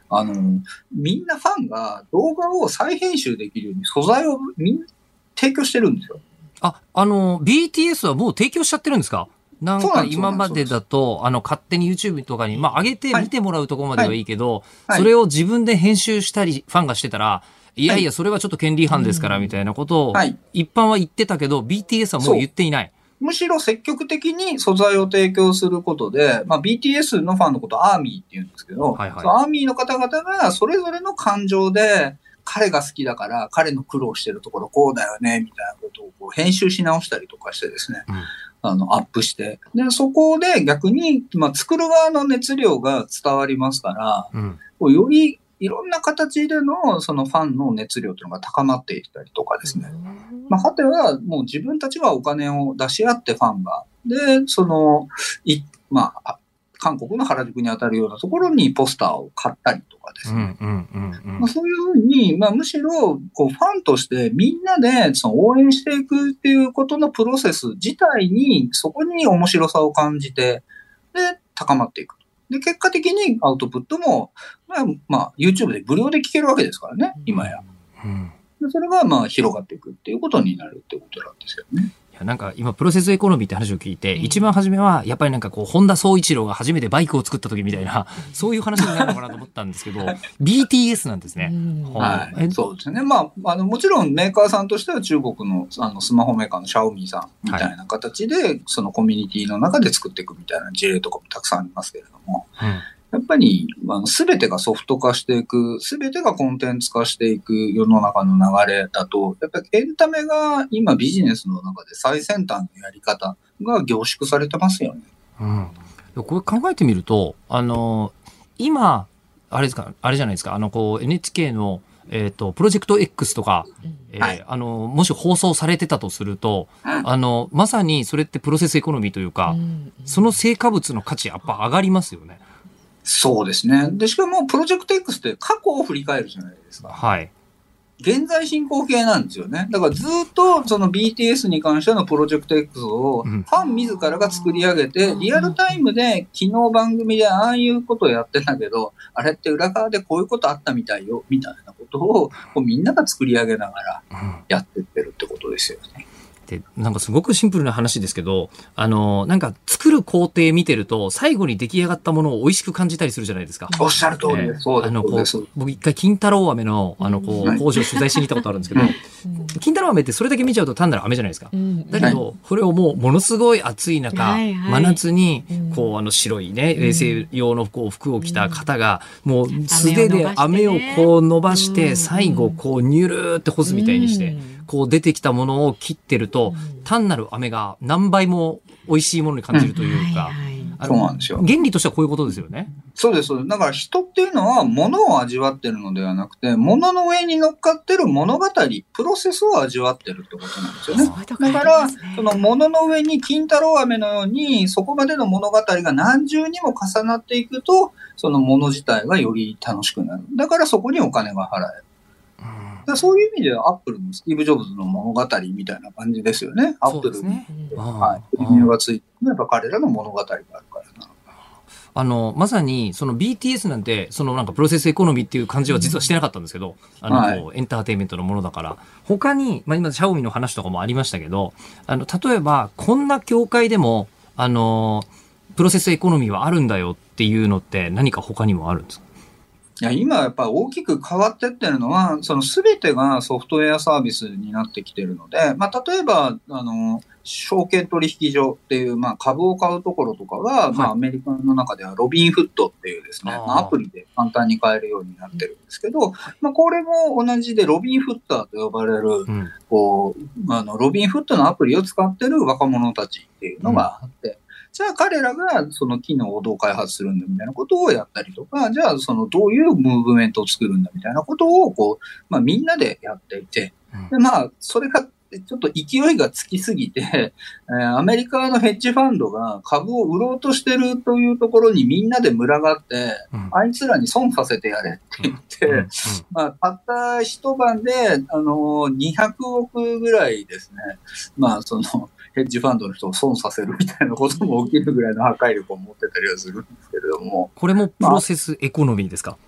あの、みんなファンが動画を再編集できるように素材をみんな提供してるんですよ。 あ、あの、ビーティーエス はもう提供しちゃってるんですか？なんか今までだと、あの、勝手に YouTube とかに、まあ、上げて見てもらうところまではいいけど、はいはい、それを自分で編集したり、ファンがしてたら、いやいや、それはちょっと権利違反ですから、みたいなことを、一般は言ってたけど、ビーティーエス はもう言っていない。 むしろ積極的に素材を提供することで、まあ、ビーティーエス のファンのことをアーミーって言うんですけど、はいはい、アーミーの方々がそれぞれの感情で、彼が好きだから彼の苦労してるところこうだよね、みたいなことをこう編集し直したりとかしてですね、うん、あの、アップして。で、そこで逆に、まあ、作る側の熱量が伝わりますから、うん、こうよりいろんな形でのそのファンの熱量というのが高まっていったりとかですね。まあ、果てはもう自分たちがお金を出し合ってファンが。で、その、い、まあ、韓国の原宿に当たるようなところにポスターを買ったりとかですね。そういうふうに、まあ、むしろこうファンとしてみんなでその応援していくっていうことのプロセス自体に、そこに面白さを感じて、で、高まっていく。で、結果的にアウトプットも、まあ、まあ、YouTube で無料で聞けるわけですからね、今や。うん、でそれが、まあ、広がっていくっていうことになるってことなんですよね。 いやなんか今プロセスエコノミーって話を聞いて、うん、一番初めはやっぱりなんかこう本田宗一郎が初めてバイクを作った時みたいなそういう話になるのかなと思ったんですけどビーティーエス なんですね、うんはい、そうですね。まあ、あのもちろんメーカーさんとしては中国のあのスマホメーカーのシャオミさんみたいな形で、はい、そのコミュニティの中で作っていくみたいな事例とかもたくさんありますけれども、うん、やっぱりすべてがソフト化していく、すべてがコンテンツ化していく世の中の流れだと、やっぱりエンタメが今ビジネスの中で最先端のやり方が凝縮されてますよね。 うん。これ考えてみると、あの、今、あれですか、あれじゃないですか、あの、こう、エヌエイチケー の、えっと、プロジェクト X とか、えーはい、あの、もし放送されてたとすると、あの、まさにそれってプロセスエコノミーというか、うん、その成果物の価値やっぱ上がりますよね。 そうですね。で、しかも、プロジェクト X って過去を振り返るじゃないですか。 はい。 現在進行形なんですよね。だからずっとその ビーティーエス に関してのプロジェクト X をファン自らが作り上げて、リアルタイムで昨日番組でああいうことをやってたけど、あれって裏側でこういうことあったみたいよ、みたいなことをこうみんなが作り上げながらやってってるってことですよね。 でなんかすごくシンプルな話ですけど、あの、なんか作る工程見てると、最後に出来上がったものを美味しく感じたりするじゃないですか。 おっしゃる通りです。そうです。あの、こう、 僕一回金太郎飴の、あの、こう、工場取材しに行ったことあるんですけど、金太郎飴ってそれだけ見ちゃうと単なる飴じゃないですか。だけど、これをもう、ものすごい暑い中、真夏に、こう、あの、白いね、衛生用のこう服を着た方が、もう素手で飴をこう伸ばして、最後、こう、ニュルーって干すみたいにして、こう出てきたものを切ってると、単なる飴が何倍も美味しいものに感じるというか、 そうなんですよ。 原理としてはこういうことですよね。 そうです。だから人っていうのは物を味わってるのではなくて、物の上に乗っかってる物語、プロセスを味わってるってことなんですよね。だから、その物の上に金太郎飴のように、そこまでの物語が何重にも重なっていくと、その物自体がより楽しくなる。だからそこにお金が払える。だそういう意味ではアップルのスティーブ・ジョブズの物語みたいな感じですよね。アップルに、ね、はい、リニューがついてやっぱ彼らの物語があるからな。 あのまさにその ビーティーエス なんてそのなんかプロセスエコノミーっていう感じは実はしてなかったんですけど、あの、はい、エンターテインメントのものだから他に、まあ、今シャオミの話とかもありましたけど、あの例えばこんな業界でもあのプロセスエコノミーはあるんだよっていうのって何か他にもあるんですか？ いや今やっぱ大きく変わってってるのは、その全てがソフトウェアサービスになってきてるので、まあ例えば、あの、証券取引所っていう、まあ株を買うところとかは、はい、まあアメリカの中ではロビンフットっていうですね、まあ、アプリで簡単に買えるようになってるんですけど、まあこれも同じでロビンフッターと呼ばれる、うん、こう、あの、ロビンフットのアプリを使ってる若者たちっていうのがあって、うん、じゃあ彼らがその機能をどう開発するんだみたいなことをやったりとか、じゃあそのどういうムーブメントを作るんだみたいなことをこう、まあみんなでやっていて、でまあそれがちょっと勢いがつきすぎて、えー、アメリカのヘッジファンドが株を売ろうとしてるというところにみんなで群がって、うん、あいつらに損させてやれって言って、うんうん、まあたった一晩で、あのー、にひゃくおくぐらいですね、まあその、ヘッジファンドの人を損させるみたいなことも起きるぐらいの破壊力を持ってたりはするんですけれども。 これもプロセスエコノミーですか？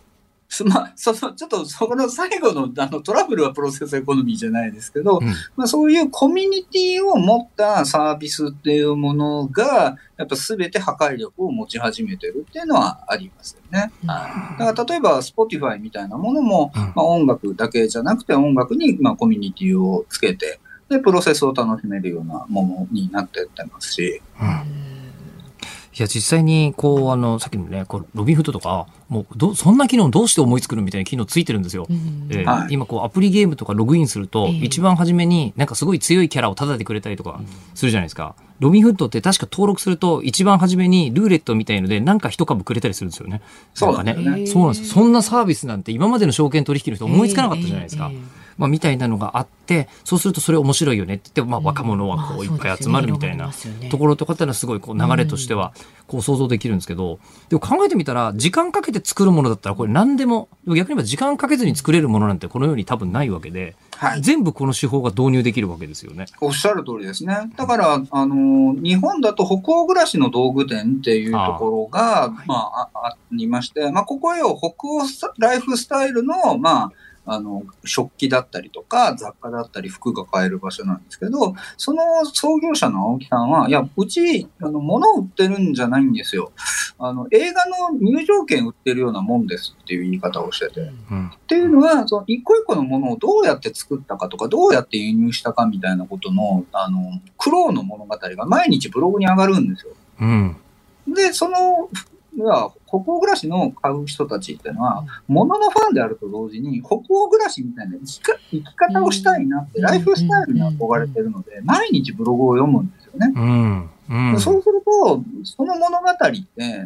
まあ、その、ちょっとそこの最後のあのトラブルはプロセスエコノミーじゃないですけど、うん、まあそういうコミュニティを持ったサービスっていうものが、やっぱ全て破壊力を持ち始めてるっていうのはありますよね。うん、だから例えば Spotify みたいなものも、うん、まあ音楽だけじゃなくて音楽にまあコミュニティをつけて、で、プロセスを楽しめるようなものになっていってますし、うんいや、実際に、こう、あの、さっきのね、こうロビンフットとか、もうど、そんな機能どうして思いつくるみたいな機能ついてるんですよ。うんえーはい、今、こう、アプリゲームとかログインすると、一番初めになんかすごい強いキャラをタダでくれたりとかするじゃないですか。うん、ロビンフットって確か登録すると、一番初めにルーレットみたいので、なんか一株くれたりするんですよね。 そうなんですね。 そうなんです。そんなサービスなんて今までの証券取引の人思いつかなかったじゃないですか。まあ、みたいなのがあって、そうするとそれ面白いよねって言って、まあ、若者はこういっぱい集まるみたいなところとかっていうのはすごいこう流れとしてはこう想像できるんですけど、でも考えてみたら時間かけて作るものだったらこれ何でも、逆に言えば時間かけずに作れるものなんてこの世に多分ないわけで、はい、全部この手法が導入できるわけですよね。 おっしゃる通りですね。だから、あの、日本だと北欧暮らしの道具店っていうところが、あまあ、あ、ありまして、まあ、ここへ北欧ライフスタイルの、まあ、あの、食器だったりとか、雑貨だったり、服が買える場所なんですけど、その創業者の青木さんは、いや、うち、あの、物を売ってるんじゃないんですよ。あの、映画の入場券売ってるようなもんですっていう言い方をしてて。うん、っていうのは、その一個一個のものをどうやって作ったかとか、どうやって輸入したかみたいなことの、あの、苦労の物語が毎日ブログに上がるんですよ。うん、で、その、は北欧暮らしの買う人たちっていうのは、物のファンであると同時に、北欧暮らしみたいな生きか生き方をしたいなって、ライフスタイルに憧れてるので、毎日ブログを読むんですよね。うんうん、そうすると、その物語って、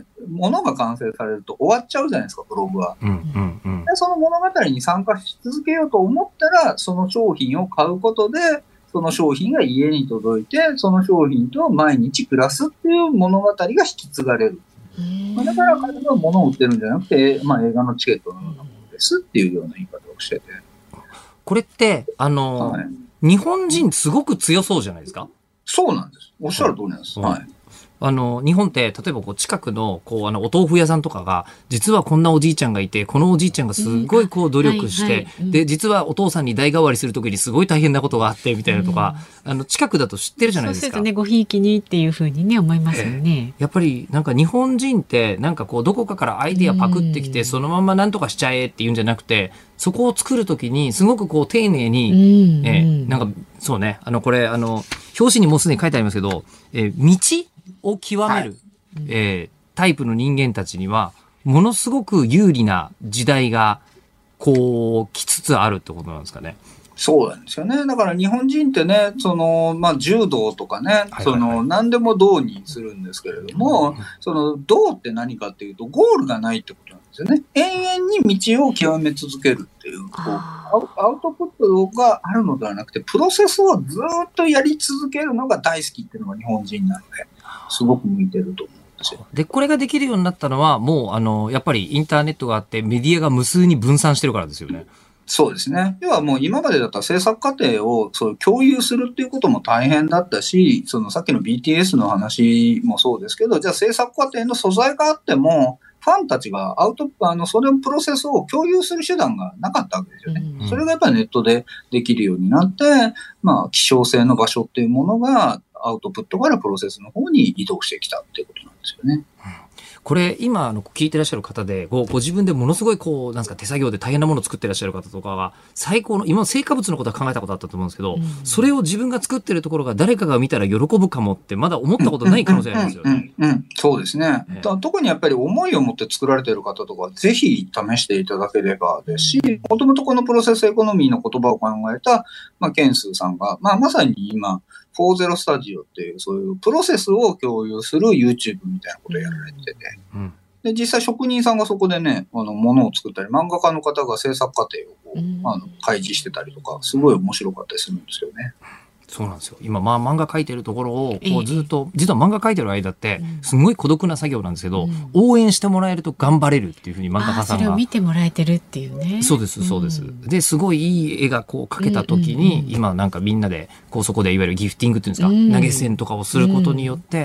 物が完成されると終わっちゃうじゃないですか、ブログは。うんうんうん、でその物語に参加し続けようと思ったら、その商品を買うことで、その商品が家に届いて、その商品と毎日暮らすっていう物語が引き継がれる。まあ、だから彼は物を売ってるんじゃなくて、まあ、映画のチケットのようなものですっていうような言い方をしてて。 これって、あの、はい、日本人すごく強そうじゃないですか？ そうなんです。おっしゃる通りなんです。はい。 あの、日本って、例えばこう近くの、こう、あの、お豆腐屋さんとかが、実はこんなおじいちゃんがいて、このおじいちゃんがすごいこう努力して、うんはいはい、で、実はお父さんに代替わりするときにすごい大変なことがあって、みたいなとか、うん、あの、近くだと知ってるじゃないですか。 そうするとね、ごひいきにっていうふうにね、思いますよね。 やっぱり、なんか日本人って、なんかこう、どこかからアイディアパクってきて、うん、そのままなんとかしちゃえっていうんじゃなくて、そこを作るときに、すごくこう、丁寧に、うんえー、なんか、そうね、あの、これ、あの、表紙にもうすでに書いてありますけど、えー、道を極める。はいえー、タイプの人間たちにはものすごく有利な時代がこう来つつあるってことなんですかね。 そうなんですよね。だから日本人ってね、その、まあ、柔道とかね、はいはいはい、その、何でも道にするんですけれども、うん、その、道って何かっていうと、ゴールがないってことなんですよね。永遠に道を極め続けるっていう、こう、アウトプットがあるのではなくて、プロセスをずっとやり続けるのが大好きっていうのが日本人なので、すごく向いてると思う。 で、これができるようになったのは、もう、あの、やっぱりインターネットがあって、メディアが無数に分散してるからですよね。 そうですね。要はもう今までだったら制作過程をそう共有するっていうことも大変だったし、そのさっきの ビーティーエス の話もそうですけど、じゃあ制作過程の素材があっても、ファンたちがアウト、あの、それのプロセスを共有する手段がなかったわけですよね。うん、それがやっぱりネットでできるようになって、まあ、希少性の場所っていうものが、アウトプットからプロセスの方に移動してきたっていうことなんですよね。うんこれ今あの聞いてらっしゃる方でごご自分でものすごいこうなんですか手作業で大変なものを作ってらっしゃる方とかが最高の今の成果物のことは考えたことあったと思うんですけど、うん、それを自分が作ってるところが誰かが見たら喜ぶかもってまだ思ったことない可能性ありますよね。 そうですね、えー、特にやっぱり思いを持って作られている方とかはぜひ試していただければですし、もともとこのプロセスエコノミーの言葉を考えた、まあ、ケンスーさんが、まあ、まさに今フォーゼロスタジオっていうそういうプロセスを共有する YouTube みたいなことをやられてて、うんで、実際職人さんがそこでね、あの、物を作ったり、漫画家の方が制作過程をこう、うん、あの、開示してたりとか、すごい面白かったりするんですよね。 そうなんですよ。今、まあ、漫画描いてるところを、こう、ずっと、実は漫画描いてる間って、すごい孤独な作業なんですけど、うん、応援してもらえると頑張れるっていうふうに漫画家さんが。 それを見てもらえてるっていうね。 そうです、そうです。うん、で、すごいいい絵がこう描けた時に、うんうんうん、今なんかみんなで、こう、そこでいわゆるギフティングっていうんですか、うん、投げ銭とかをすることによって、作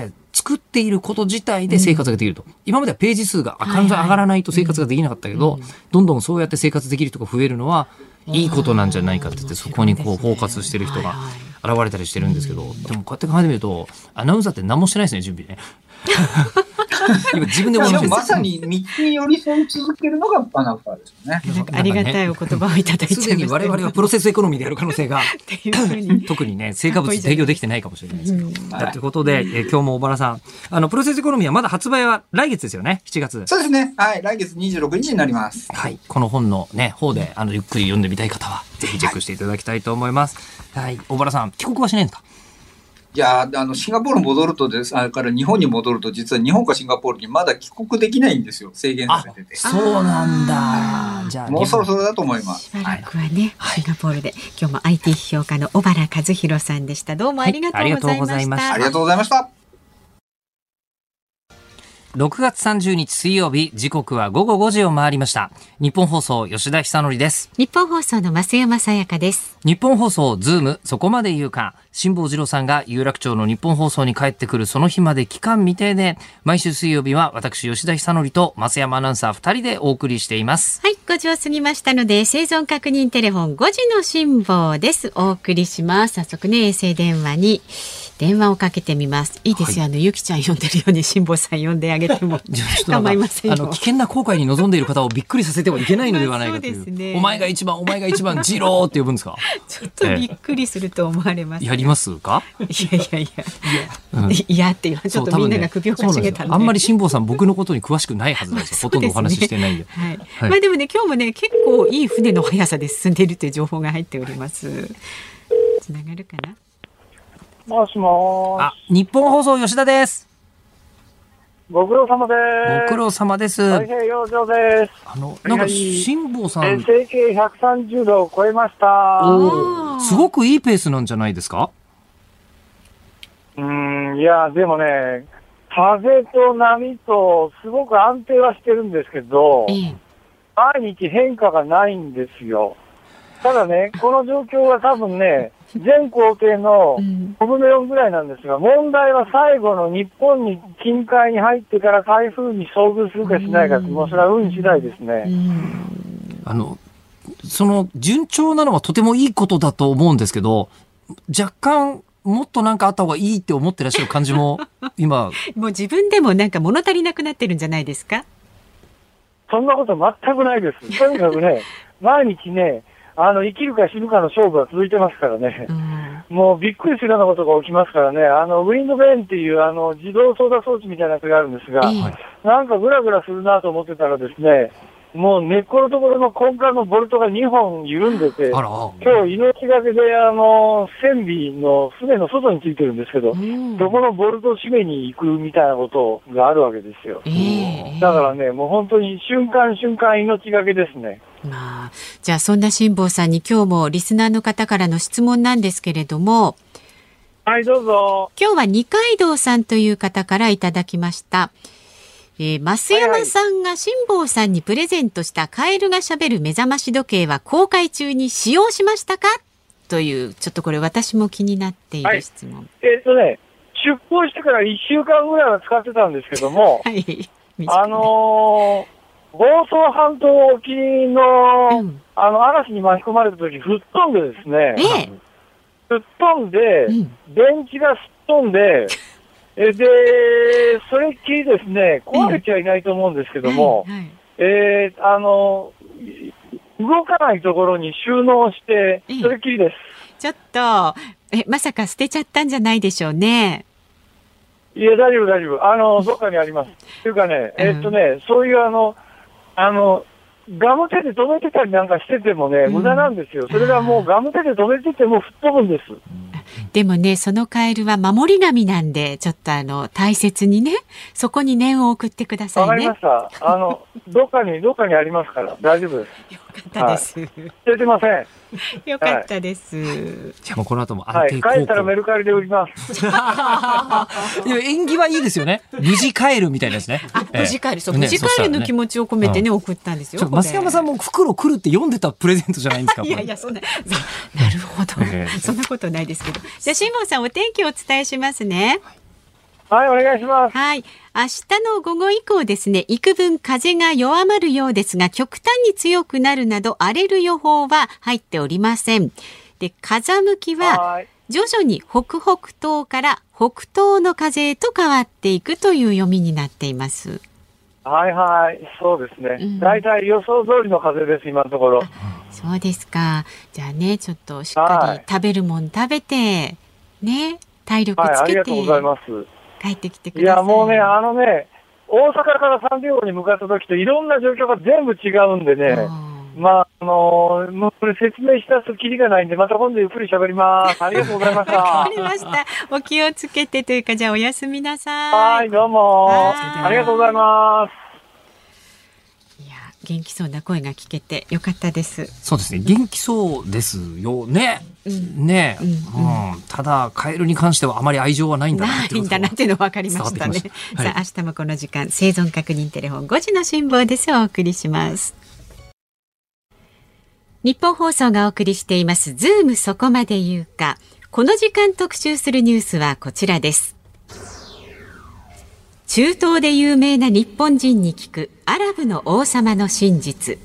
作っていること自体で生活ができると。うん、今まではページ数が完全上がらないと生活ができなかったけど、はいはい、どんどんそうやって生活できる人が増えるのはいいことなんじゃないかって言って、そこにこうフォーカスしてる人が現れたりしてるんですけど、でもこうやって考えてみるとアナウンサーって何もしてないですね、準備ね。今自分で思いました。 まさに道に寄り添い続けるのがアナウンサーですよね。 ありがたいお言葉をいただいて、 すでに我々はプロセスエコノミーでやる可能性が特にね、成果物提供できてないかもしれないですけど、うん、ということで、え今日も小原さん、あのプロセスエコノミーはまだ発売は来月ですよね、しちがつ。 そうですね、はい、来月にじゅうろくにちになります。 はい、この本のね方であのゆっくり読んでみたい方はぜひチェックしていただきたいと思います。はい、はい、小原さん、帰国はしないんですか？ いやあのシンガポール戻るとです、あれから日本に戻ると、実は日本かシンガポールにまだ帰国できないんですよ、制限されてて。 そうなんだ。じゃあもうそろそろだと思います。 しばらくはね、はい、シンガポールで。今日も アイティー 批評家の小原和弘さんでした。どうもありがとうございました。 ありがとうございました。 ろくがつさんじゅうにち水曜日、時刻はごごごじを回りました。日本放送吉田久典です。 日本放送の増山さやかです。 日本放送ズームそこまで言うか。辛坊治郎さんが有楽町の日本放送に帰ってくるその日まで期間未定で、毎週水曜日は私吉田久典と増山アナウンサーふたりでお送りしています。 はい、ごじを過ぎましたので生存確認テレフォンごじの辛坊です。お送りします。早速ね、衛星電話に電話をかけてみます。いいですよ、はい、あのゆきちゃん呼んでるように辛坊さん呼んであげても構いませんよ。 あの危険な航海に臨んでいる方をびっくりさせてはいけないのではないかという。そうですね、お前が一番お前が一番ジローって呼ぶんですか？ ちょっとびっくりすると思われます、ね。 やりますか？ いやいやいや、うん、いやって今ちょっとみんなが首をかしげたんで、 あんまり辛坊さん僕のことに詳しくないはずですよ。ほとんどお話ししてないんで。 はいはい、まあでもね、今日もね結構いい船の速さで進んでいるという情報が入っております。つながるかな？ もしもーし。 あ、日本放送吉田です。 ご苦労様です。 ご苦労様です。 太平洋上です。 あの、なんか辛坊さん、 整形ひゃくさんじゅうどを超えました。 お、すごくいいペースなんじゃないですか？ うーん、いやでもね、風と波とすごく安定はしてるんですけど、ええ、毎日変化がないんですよ。ただね、この状況は多分ね、全工程のごぶんのよんぐらいなんですが、問題は最後の日本に近海に入ってから台風に遭遇するかしないか、もうそれは運次第ですね。 あの、その順調なのはとてもいいことだと思うんですけど、若干もっとなんかあった方がいいって思ってらっしゃる感じも今もう自分でもなんか物足りなくなってるんじゃないですか？ そんなこと全くないです。とにかくね、毎日ね、あの、生きるか死ぬかの勝負が続いてますからね。うん、もうびっくりするようなことが起きますからね。あの、ウィンドベーンっていうあの、自動操作装置みたいなやつがあるんですが、えー、なんかグラグラするなと思ってたらですね、もう根っこのところの根幹のボルトがにほん緩んでて、今日命がけであの、船尾の船の外についてるんですけど、うん、そこのボルトを締めに行くみたいなことがあるわけですよ。えー、だからね、もう本当に瞬間瞬間命がけですね。 まあ、じゃあそんな辛坊さんに今日もリスナーの方からの質問なんですけれども、 はい、どうぞ。 今日は二階堂さんという方からいただきました。えー、増山さんが辛坊さんにプレゼントしたカエルがしゃべる目覚まし時計は公開中に使用しましたかという、ちょっとこれ私も気になっている質問。はい、 えー、っとね、出航してからいっしゅうかんぐらいは使ってたんですけども、はい、あのー房総半島沖の、うん、あの嵐に巻き込まれたとき、吹っ飛んでですね、ええ、吹っ飛んで、うん、電池がすっ飛んで、えで、それっきりですね、壊れちゃいないと思うんですけども、うんはいはい、えー、あの、動かないところに収納して、それっきりです。 ちょっと、え、まさか捨てちゃったんじゃないでしょうね。 いや、大丈夫、大丈夫。あの、どっかにあります。というかね、えー、っとね、うん、そういうあの、あの、ガム手で止めてたりなんかしててもね、うん、無駄なんですよ。それがもうガム手で止めてても吹っ飛ぶんです。 でもね、そのカエルは守り神なんで、ちょっとあの、大切にね、そこに念を送ってくださいね。 わかりました。あの、どっかに、どっかにありますから、大丈夫です。 よかったです。はい、 出てません。 よかったです。はい、 じゃあもうこの後も安定航行、 はい、帰ったらメルカリで売ります。 でも縁起はいいですよね。無事帰るみたいなですね。 無事帰る、そう、無事帰るの気持ちを込めてね、送ったんですよ。 増山さんも袋来るって読んでたプレゼントじゃないんですか。 いやいや、そんな、なるほど。そんなことないですけど。じゃあ辛坊さん、お天気をお伝えしますね。 はい、お願いします。 はい。明日の午後以降ですね、幾分風が弱まるようですが、極端に強くなるなど荒れる予報は入っておりません。で、風向きは徐々に北北東から北東の風へと変わっていくという読みになっています。 はいはい、そうですね。だいたい予想通りの風です、今のところ。 そうですか。じゃあね、ちょっとしっかり食べるもん食べて、ね、体力つけて、はい、ありがとうございます。帰ってきてください。 いや、もうね、あのね、大阪からサンディエゴに向かった時といろんな状況が全部違うんでね、まあ、あのー、もうこれ説明したすきりがないんで、また今度ゆっくり喋ります。ありがとうございました。 わかりました。お気をつけてというか、じゃあおやすみなさい。 はい、どうも。ありがとうございます。 いや、元気そうな声が聞けてよかったです。 そうですね、元気そうですよね。うん、ね、うんうんうん、ただカエルに関してはあまり愛情はないんだなっていうのがないんだなっていうの分かりましたね。はい、さあ、明日もこの時間生存確認テレフォンごじの辛抱ですをお送りします。日本放送がお送りしていますズームそこまで言うか。この時間特集するニュースはこちらです。中東で有名な日本人に聞くアラブの王様の真実。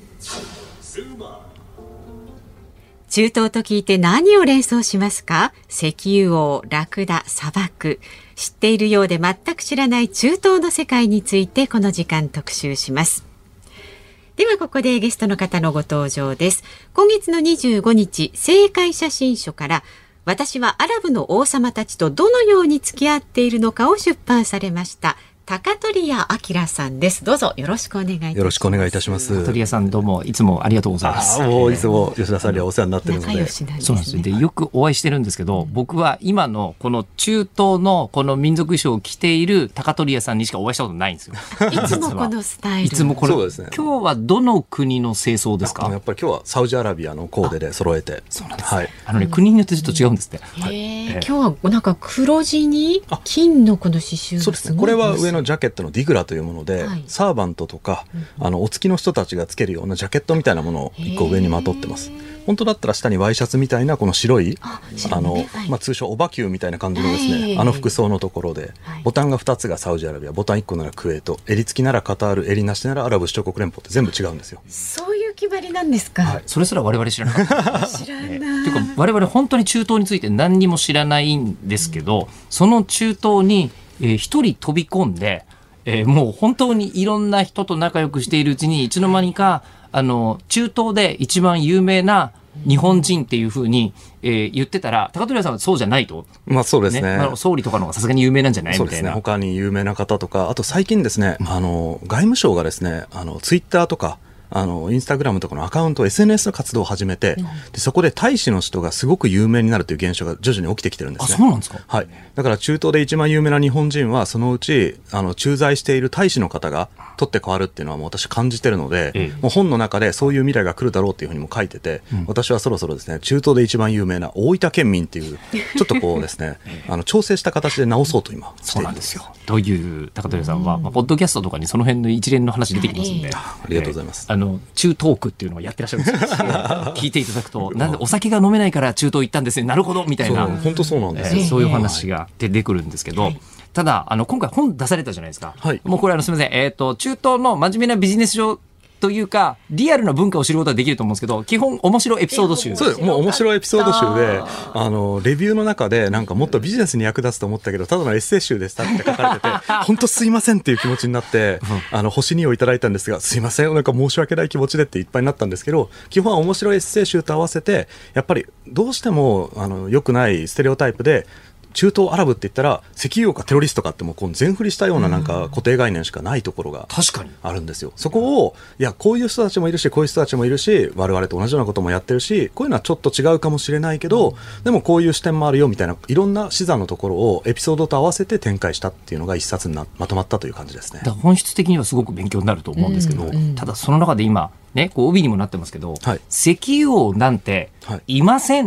中東と聞いて何を連想しますか？石油王、ラクダ、砂漠。知っているようで全く知らない中東の世界についてこの時間特集します。ではここでゲストの方のご登場です。今月のにじゅうごにち、政界写真書から私はアラブの王様たちとどのように付き合っているのかを出版されました高取屋明さんです。どうぞよろしくお願いいたします。 よろしくお願いいたします。 高取屋さん、どうもいつもありがとうございます。 あ、もういつも吉田さんにはお世話になってるので、 仲良しなんですね。 そうなんです。で、よくお会いしてるんですけど、僕は今のこの中東のこの民族衣装を着ている高取屋さんにしかお会いしたことないんですよ。 いつもこのスタイル。 いつもこれ。 そうですね。 今日はどの国の清掃ですか？ やっぱり今日はサウジアラビアのコーデで揃えて。 そうなんです、ね。はい。あのね、国によってちょっと違うんですって。 うん、へえ、今日はなんか黒地に金のこの刺繍がすごいですね。 そうですね。これは上のジャケットのディグラというもので、はい、サーバントとか、うん、あのお付きの人たちがつけるようなジャケットみたいなものを一個上にまとってます。本当だったら下にワイシャツみたいなこの白い あ, あの、ね、はい、まあ、通称オバキューみたいな感じのですね、あの服装のところで、はい、ボタンがふたつがサウジアラビア、ボタンいっこならクウェート、襟付きならカタール、襟なしならアラブ首長国連邦って全部違うんですよ。 そういう決まりなんですか？はい、 それすら我々知らなかった知らない、 えー、というか我々本当に中東について何にも知らないんですけど、うん、その中東に一、えー、人飛び込んで、えー、もう本当にいろんな人と仲良くしているうちにいつの間にかあの中東で一番有名な日本人っていうふうに、えー、言ってたら高取屋さんはそうじゃないと、 まあそうですね、 ね、総理とかの方がさすがに有名なんじゃないみたいな。そうですね、 他に有名な方とか、あと最近ですね、あの外務省がですね、あのツイッターとかあのインスタグラムとかのアカウント エスエヌエス の活動を始めて、うん、でそこで大使の人がすごく有名になるという現象が徐々に起きてきてるんですね。 あ、そうなんですか？ はい、だから中東で一番有名な日本人はそのうちあの駐在している大使の方が取って変わるっていうのはもう私感じてるので、ええ、もう本の中でそういう未来が来るだろうっていうふうにも書いてて、うん、私はそろそろですね、中東で一番有名な大分県民っていうちょっとこうですねあの調整した形で直そうと今しているんですよ。 という高取さんは、まあ、ポッドキャストとかにその辺の一連の話出てきますんで、 えありがとうございます。 えー、あの中東区っていうのをやってらっしゃるんですよ聞いていただくと、なんでお酒が飲めないから中東行ったんですね、なるほどみたいな、 本当そうなんですよ、 えー、そういう話が出てくるんですけど、はい、ただあの今回本出されたじゃないですか。はい、もうこれあのすみません、えーと、中東の真面目なビジネス書というかリアルな文化を知ることはできると思うんですけど、基本面白いエピソード集。 そうです、もう面白いエピソード集で、あのレビューの中でなんかもっとビジネスに役立つと思ったけどただのエッセイ集でしたって書かれてて本当すいませんっていう気持ちになって、うん、あの星にをいただいたんですが、すいませんなんか申し訳ない気持ちでっていっぱいになったんですけど、基本は面白いエッセイ集と合わせてやっぱりどうしてもあの良くないステレオタイプで中東アラブって言ったら石油王かテロリストかってもうこう全振りしたようななんか固定概念しかないところがあるんですよ。そこをいやこういう人たちもいるしこういう人たちもいるし我々と同じようなこともやってるしこういうのはちょっと違うかもしれないけど、でもこういう視点もあるよみたいないろんな視座のところをエピソードと合わせて展開したっていうのが一冊になまとまったという感じですね。 だから本質的にはすごく勉強になると思うんですけど、うんうん、ただその中で今ねこう帯にもなってますけど、はい、石油王なんていませんっ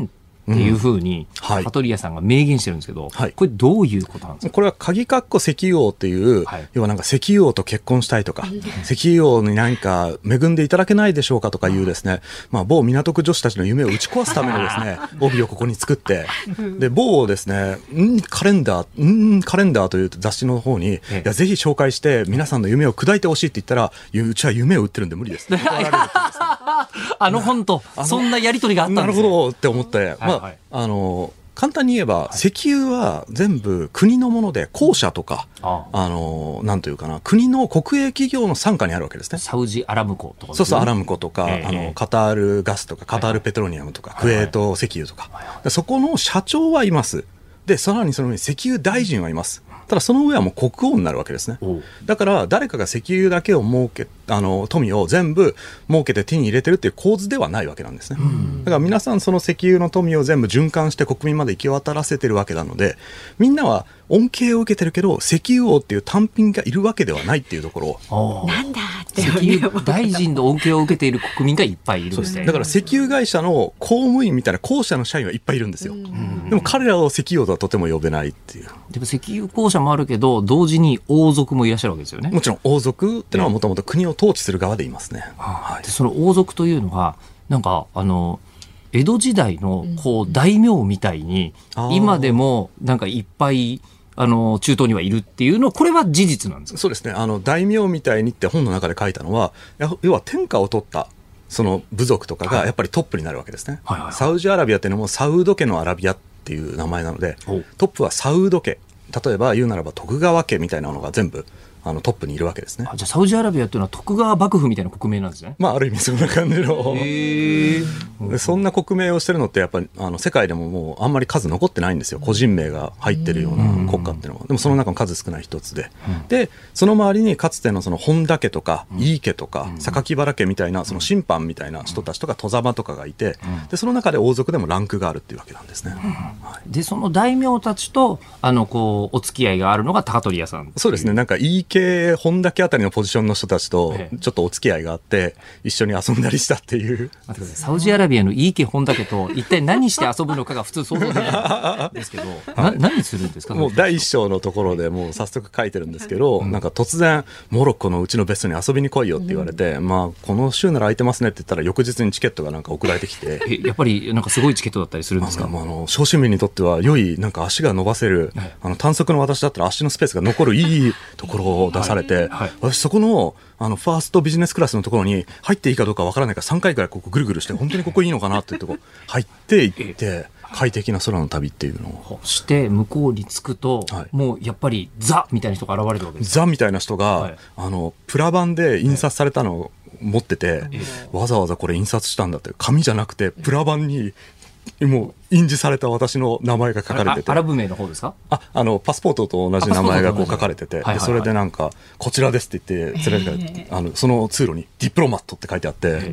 っていうふうに、 うんはい、 カトリアさんが明言してるんですけど、はい、これどういうことなんですか？ これは鍵括弧石油王っていう、はい、要はなんか石油王と結婚したいとか、石油王に何か恵んでいただけないでしょうかとかいうですね、まあ、某港区女子たちの夢を打ち壊すためのですね、帯をここに作って、で、某ですね、んカレンダー、んカレンダーという雑誌の方に、いや、ぜひ紹介して皆さんの夢を砕いてほしいって言ったら、うちは夢を売ってるんで無理ですって怒られるってですね。 あの本と、そんなやりとりがあったんですね。 なるほどって思って、はいはい、まあ、あの、簡単に言えば、石油は全部国のもので、公社とか、ああの、なんというかな、国の国営企業の傘下にあるわけですね。 サウジアラムコとか、ね。 そうそう、アラムコとか、えー、あの、カタールガスとか、カタールペトロニアムとか、はいはい、クエート石油とか、はいはい、そこの社長はいます。で、さらにその上に石油大臣はいます。ただその上はもう国王になるわけですね。だから誰かが石油だけを儲け、あの富を全部儲けて手に入れてるっていう構図ではないわけなんですね。だから皆さんその石油の富を全部循環して国民まで行き渡らせてるわけなので、みんなは恩恵を受けてるけど石油王っていう単品がいるわけではないっていうところを、 なんだって石油大臣の恩恵を受けている国民がいっぱいいるんですね。 だから石油会社の公務員みたいな公社の社員はいっぱいいるんですよ。でも彼らを石油王とはとても呼べないっていう。 でも石油公社もあるけど同時に王族もいらっしゃるわけですよね。 もちろん王族っていうのはもともと国を統治する側でいますね。 はい、でその王族というのはなんかあの江戸時代のこう大名みたいに、うん、今でもなんかいっぱいあの中東にはいるっていうのはこれは事実なんですか？ そうですね。あの大名みたいにって本の中で書いたのは要は天下を取ったその部族とかがやっぱりトップになるわけですね。はいはいはい、サウジアラビアっていうのもサウド家のアラビアっていう名前なのでトップはサウド家、例えば言うならば徳川家みたいなのが全部あのトップにいるわけですね。 あ、じゃあサウジアラビアっていうのは徳川幕府みたいな国名なんですね。 まあある意味そんな感じのでそんな国名をしてるのってやっぱりあの世界でももうあんまり数残ってないんですよ。個人名が入ってるような国家っていうのは。でもその中の数少ない一つで、うん、でその周りにかつてのその本田家とか井伊家とか榊原家みたいなその審判みたいな人たちとか外様とかがいて、でその中で王族でもランクがあるっていうわけなんですね。うん、 はい、でその大名たちとあのこうお付き合いがあるのが高取屋さん。 そうですね。なんか井伊家本田家あたりのポジションの人たちとちょっとお付き合いがあって一緒に遊んだりしたっていう。 サウジアラビアの井伊家本田家と一体何して遊ぶのかが普通想像できないんですけど、な何するんですか？ もう第一章のところでもう早速書いてるんですけど、うん、なんか突然モロッコのうちの別荘に遊びに来いよって言われて、うん、まあこの週なら空いてますねって言ったら翌日にチケットがなんか送られてきてえやっぱりなんかすごいチケットだったりするんですか？ まあ、あの小市民にとっては良いなんか足が伸ばせる、はい、あの短足の私だったら足のスペースが残るいいところを出されて、はいはい、私そこのあのファーストビジネスクラスのところに入っていいかどうかわからないからさんかいぐらいここぐるぐるして本当にここいいのかなっていうところ入っていって快適な空の旅っていうのをして向こうに着くと、はい、もうやっぱりザみたいな人が現れるわけです。 ザみたいな人が、はい、あのプラ版で印刷されたのを持ってて、はい、わざわざこれ印刷したんだって紙じゃなくてプラ版にもう印字された私の名前が書かれてて、 アラブ名の方ですか？ あ、あのパスポートと同じ名前がこう書かれてて、でそれでなんかこちらですって言って連れてあのその通路にディプロマットって書いてあって、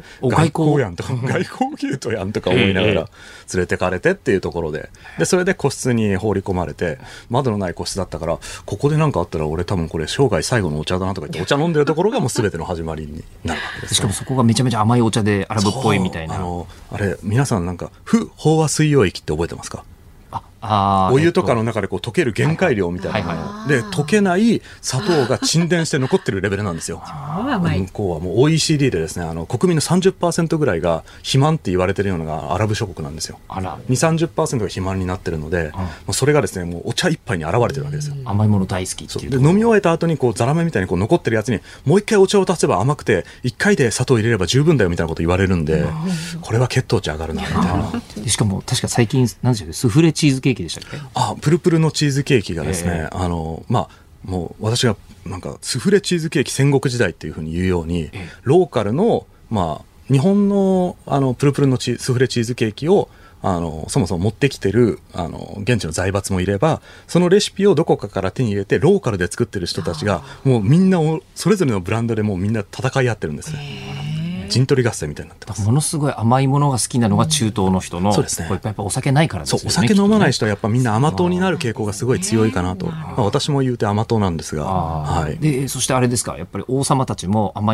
外交やんとか外交ゲートやんとか思いながら連れてかれてっていうところで、でそれで個室に放り込まれて、窓のない個室だったからここでなんかあったら俺多分これ生涯最後のお茶だなとか言ってお茶飲んでるところがもう全ての始まりになるわけです、ね。 しかもそこがめちゃめちゃ甘いお茶でアラブっぽいみたいな。 あのあれ皆さんなんか不飽和水溶液って覚えてますか？あお湯とかの中でこう溶ける限界量みたいなの、はいはい、で溶けない砂糖が沈殿して残ってるレベルなんですよ。向こうはもう オーイーシーディー でですね、あの国民の さんじゅっパーセント ぐらいが肥満って言われてるようなのがアラブ諸国なんですよ。あら にじゅう、さんじゅっパーセント が肥満になってるので、うん、もうそれがですねもうお茶一杯に現れてるわけですよ。 甘いもの大好きっていうで飲み終えた後にこうザラメみたいにこう残ってるやつにもう一回お茶を足せば甘くていっかいで砂糖入れれば十分だよみたいなこと言われるんで、これは血糖値上がるなみたいな。 でしかも確か最近何でしたっけ、スフレチーズケーキでしたっけ？ あ、プルプルのチーズケーキがですね、えー、あのまあもう私がなんかスフレチーズケーキ戦国時代っていうふうに言うように、えー、ローカルのまあ日本のあのプルプルのチスフレチーズケーキをあのそもそも持ってきてるあの現地の財閥もいれば、そのレシピをどこかから手に入れてローカルで作ってる人たちがもうみんなそれぞれのブランドでもうみんな戦い合ってるんですね。陣取り合戦みたいになってます。 ものすごい甘いものが好きなのが中東の人の、うん、そうですね、これやっぱお酒ないからですよね。 そう、お酒飲まない人はやっぱみんな甘党になる傾向がすごい強いかなと、まあ、私も言うて甘党なんですが、はい、 でそしてあれですか、やっぱり王様たちも甘いもの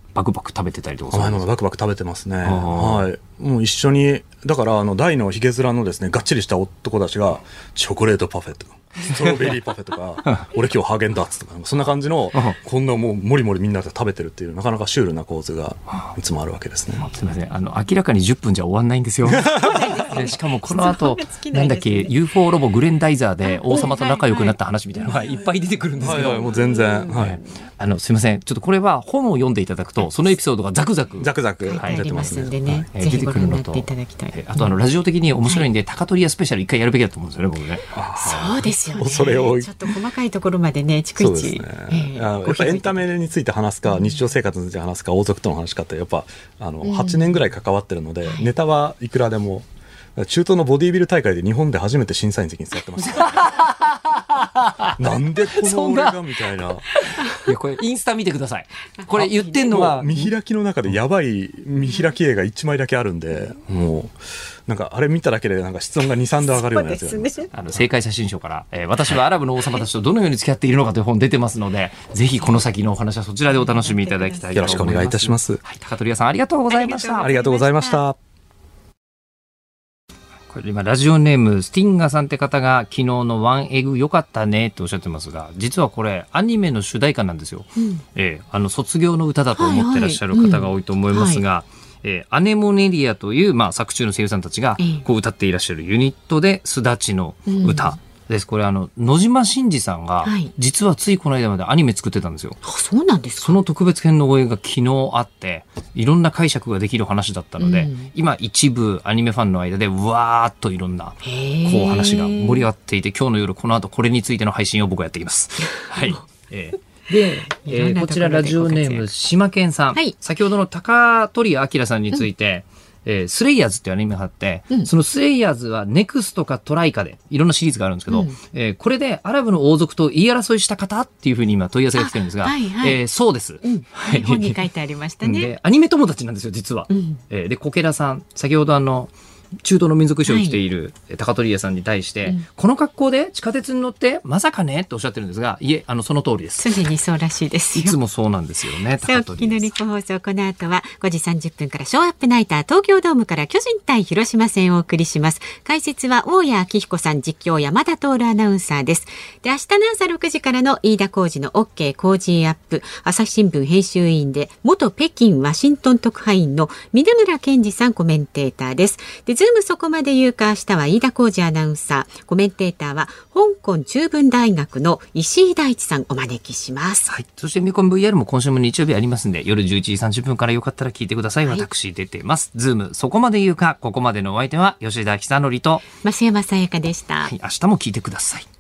バクバク食べてたりとか。 甘いものバクバク食べてますね。はい。もう一緒に、だからあの大のヒゲ面のですね、がっちりした男たちがチョコレートパフェとかストロベリーパフェとか俺今日ハーゲンダッツとかそんな感じのこんなもうもりもりみんなで食べてるっていうなかなかシュールな構図がいつもあるわけですね。 すみません、あの明らかにじゅっぷんじゃ終わんないんですよ。でしかもこの後なんだっけ ユーフォー ロボグレンダイザーで王様と仲良くなった話みたいなのがいっぱい出てくるんですけど、 はいはい、もう全然、はい、 あのすみません、ちょっとこれは本を読んでいただくとそのエピソードがザクザクザクザク出てますんでね、 はい、ぜひご覧になっていただきたい。あとあのラジオ的に面白いんで、はい、高取屋スペシャル一回やるべきだと思うんですよね、僕ね。 そうですよね。 それをちょっと細かいところまでね、逐一、ねえー、やっぱエンタメについて話すか、日常生活について話すか、王族との話かってやっぱあの、うん、はちねんぐらい関わってるので、ネタはいくらでも。中東のボディービル大会で日本で初めて審査員席に座ってました。なんでこの俺がみたいな。 いやこれインスタ見てください。これ言ってんのは見開きの中でやばい見開き絵がいちまいだけあるんで、もうなんかあれ見ただけでなんか室温がに、さんど上がるようなやつがあります。 あの正解写真書から、えー、私はアラブの王様たちとどのように付き合っているのかという本出てますので、ぜひこの先のお話はそちらでお楽しみいただきたいと思います。 よろしくお願いいたします。 はい、高取屋さんありがとうございました。 ありがとうございました。 これ今ラジオネームスティンガーさんって方が昨日のワンエグ良かったねっておっしゃってますが、実はこれアニメの主題歌なんですよ、うん、えー、あの卒業の歌だと思ってらっしゃる方が多いと思いますが、はいはい、うん、えー、アネモネリアという、まあ、作中の声優さんたちがこう歌っていらっしゃるユニットで、すだちの歌です。これあの野島伸司さんが実はついこの間までアニメ作ってたんですよ。 あ、そうなんですか。 その特別編の応援が昨日あって、いろんな解釈ができる話だったので、うん、今一部アニメファンの間でわーっといろんなこう話が盛り上がっていて、今日の夜この後これについての配信を僕はやっていきます。はい。えーで、えー、こちらラジオネーム島健さん、はい、先ほどの高取明さんについて、うん、えー、スレイヤーズっていうアニメがあって、うん、そのスレイヤーズはネクストかトライかでいろんなシリーズがあるんですけど、うん、えー、これでアラブの王族と言い争いした方っていうふうに今問い合わせが来てるんですが、はいはい、えー、そうです、うん、 はい、本に書いてありましたね。 でアニメ友達なんですよ実は、うん、えー、でコケラさん、先ほどあの中東の民族衣装を着ている高取屋さんに対して、はい、うん、この格好で地下鉄に乗ってまさかねとおっしゃってるんですが、いえ、あのその通りです。 常にそうらしいですよ。 いつもそうなんですよね。 さあ、お聞きの日本放送、この後はごじさんじゅっぷんからショーアップナイター、東京ドームから巨人対広島戦をお送りします。解説は大谷明彦さん、実況山田徹アナウンサーです。で、明日の朝ろくじからの飯田浩司の OK 工事アップ、朝日新聞編集委員で元北京ワシントン特派員の峰村健二さんコメンテーターです。で、ズームそこまで言うか、明日は飯田浩司アナウンサー、コメンテーターは香港中文大学の石井大地さんお招きします。 はい、そしてミコン ブイアール も今週も日曜日ありますんで、夜じゅういちじさんじゅっぷんからよかったら聞いてください。はい、私出てます。ズームそこまで言うか、ここまでのお相手は吉田久典と増山さやかでした。 はい、明日も聞いてください。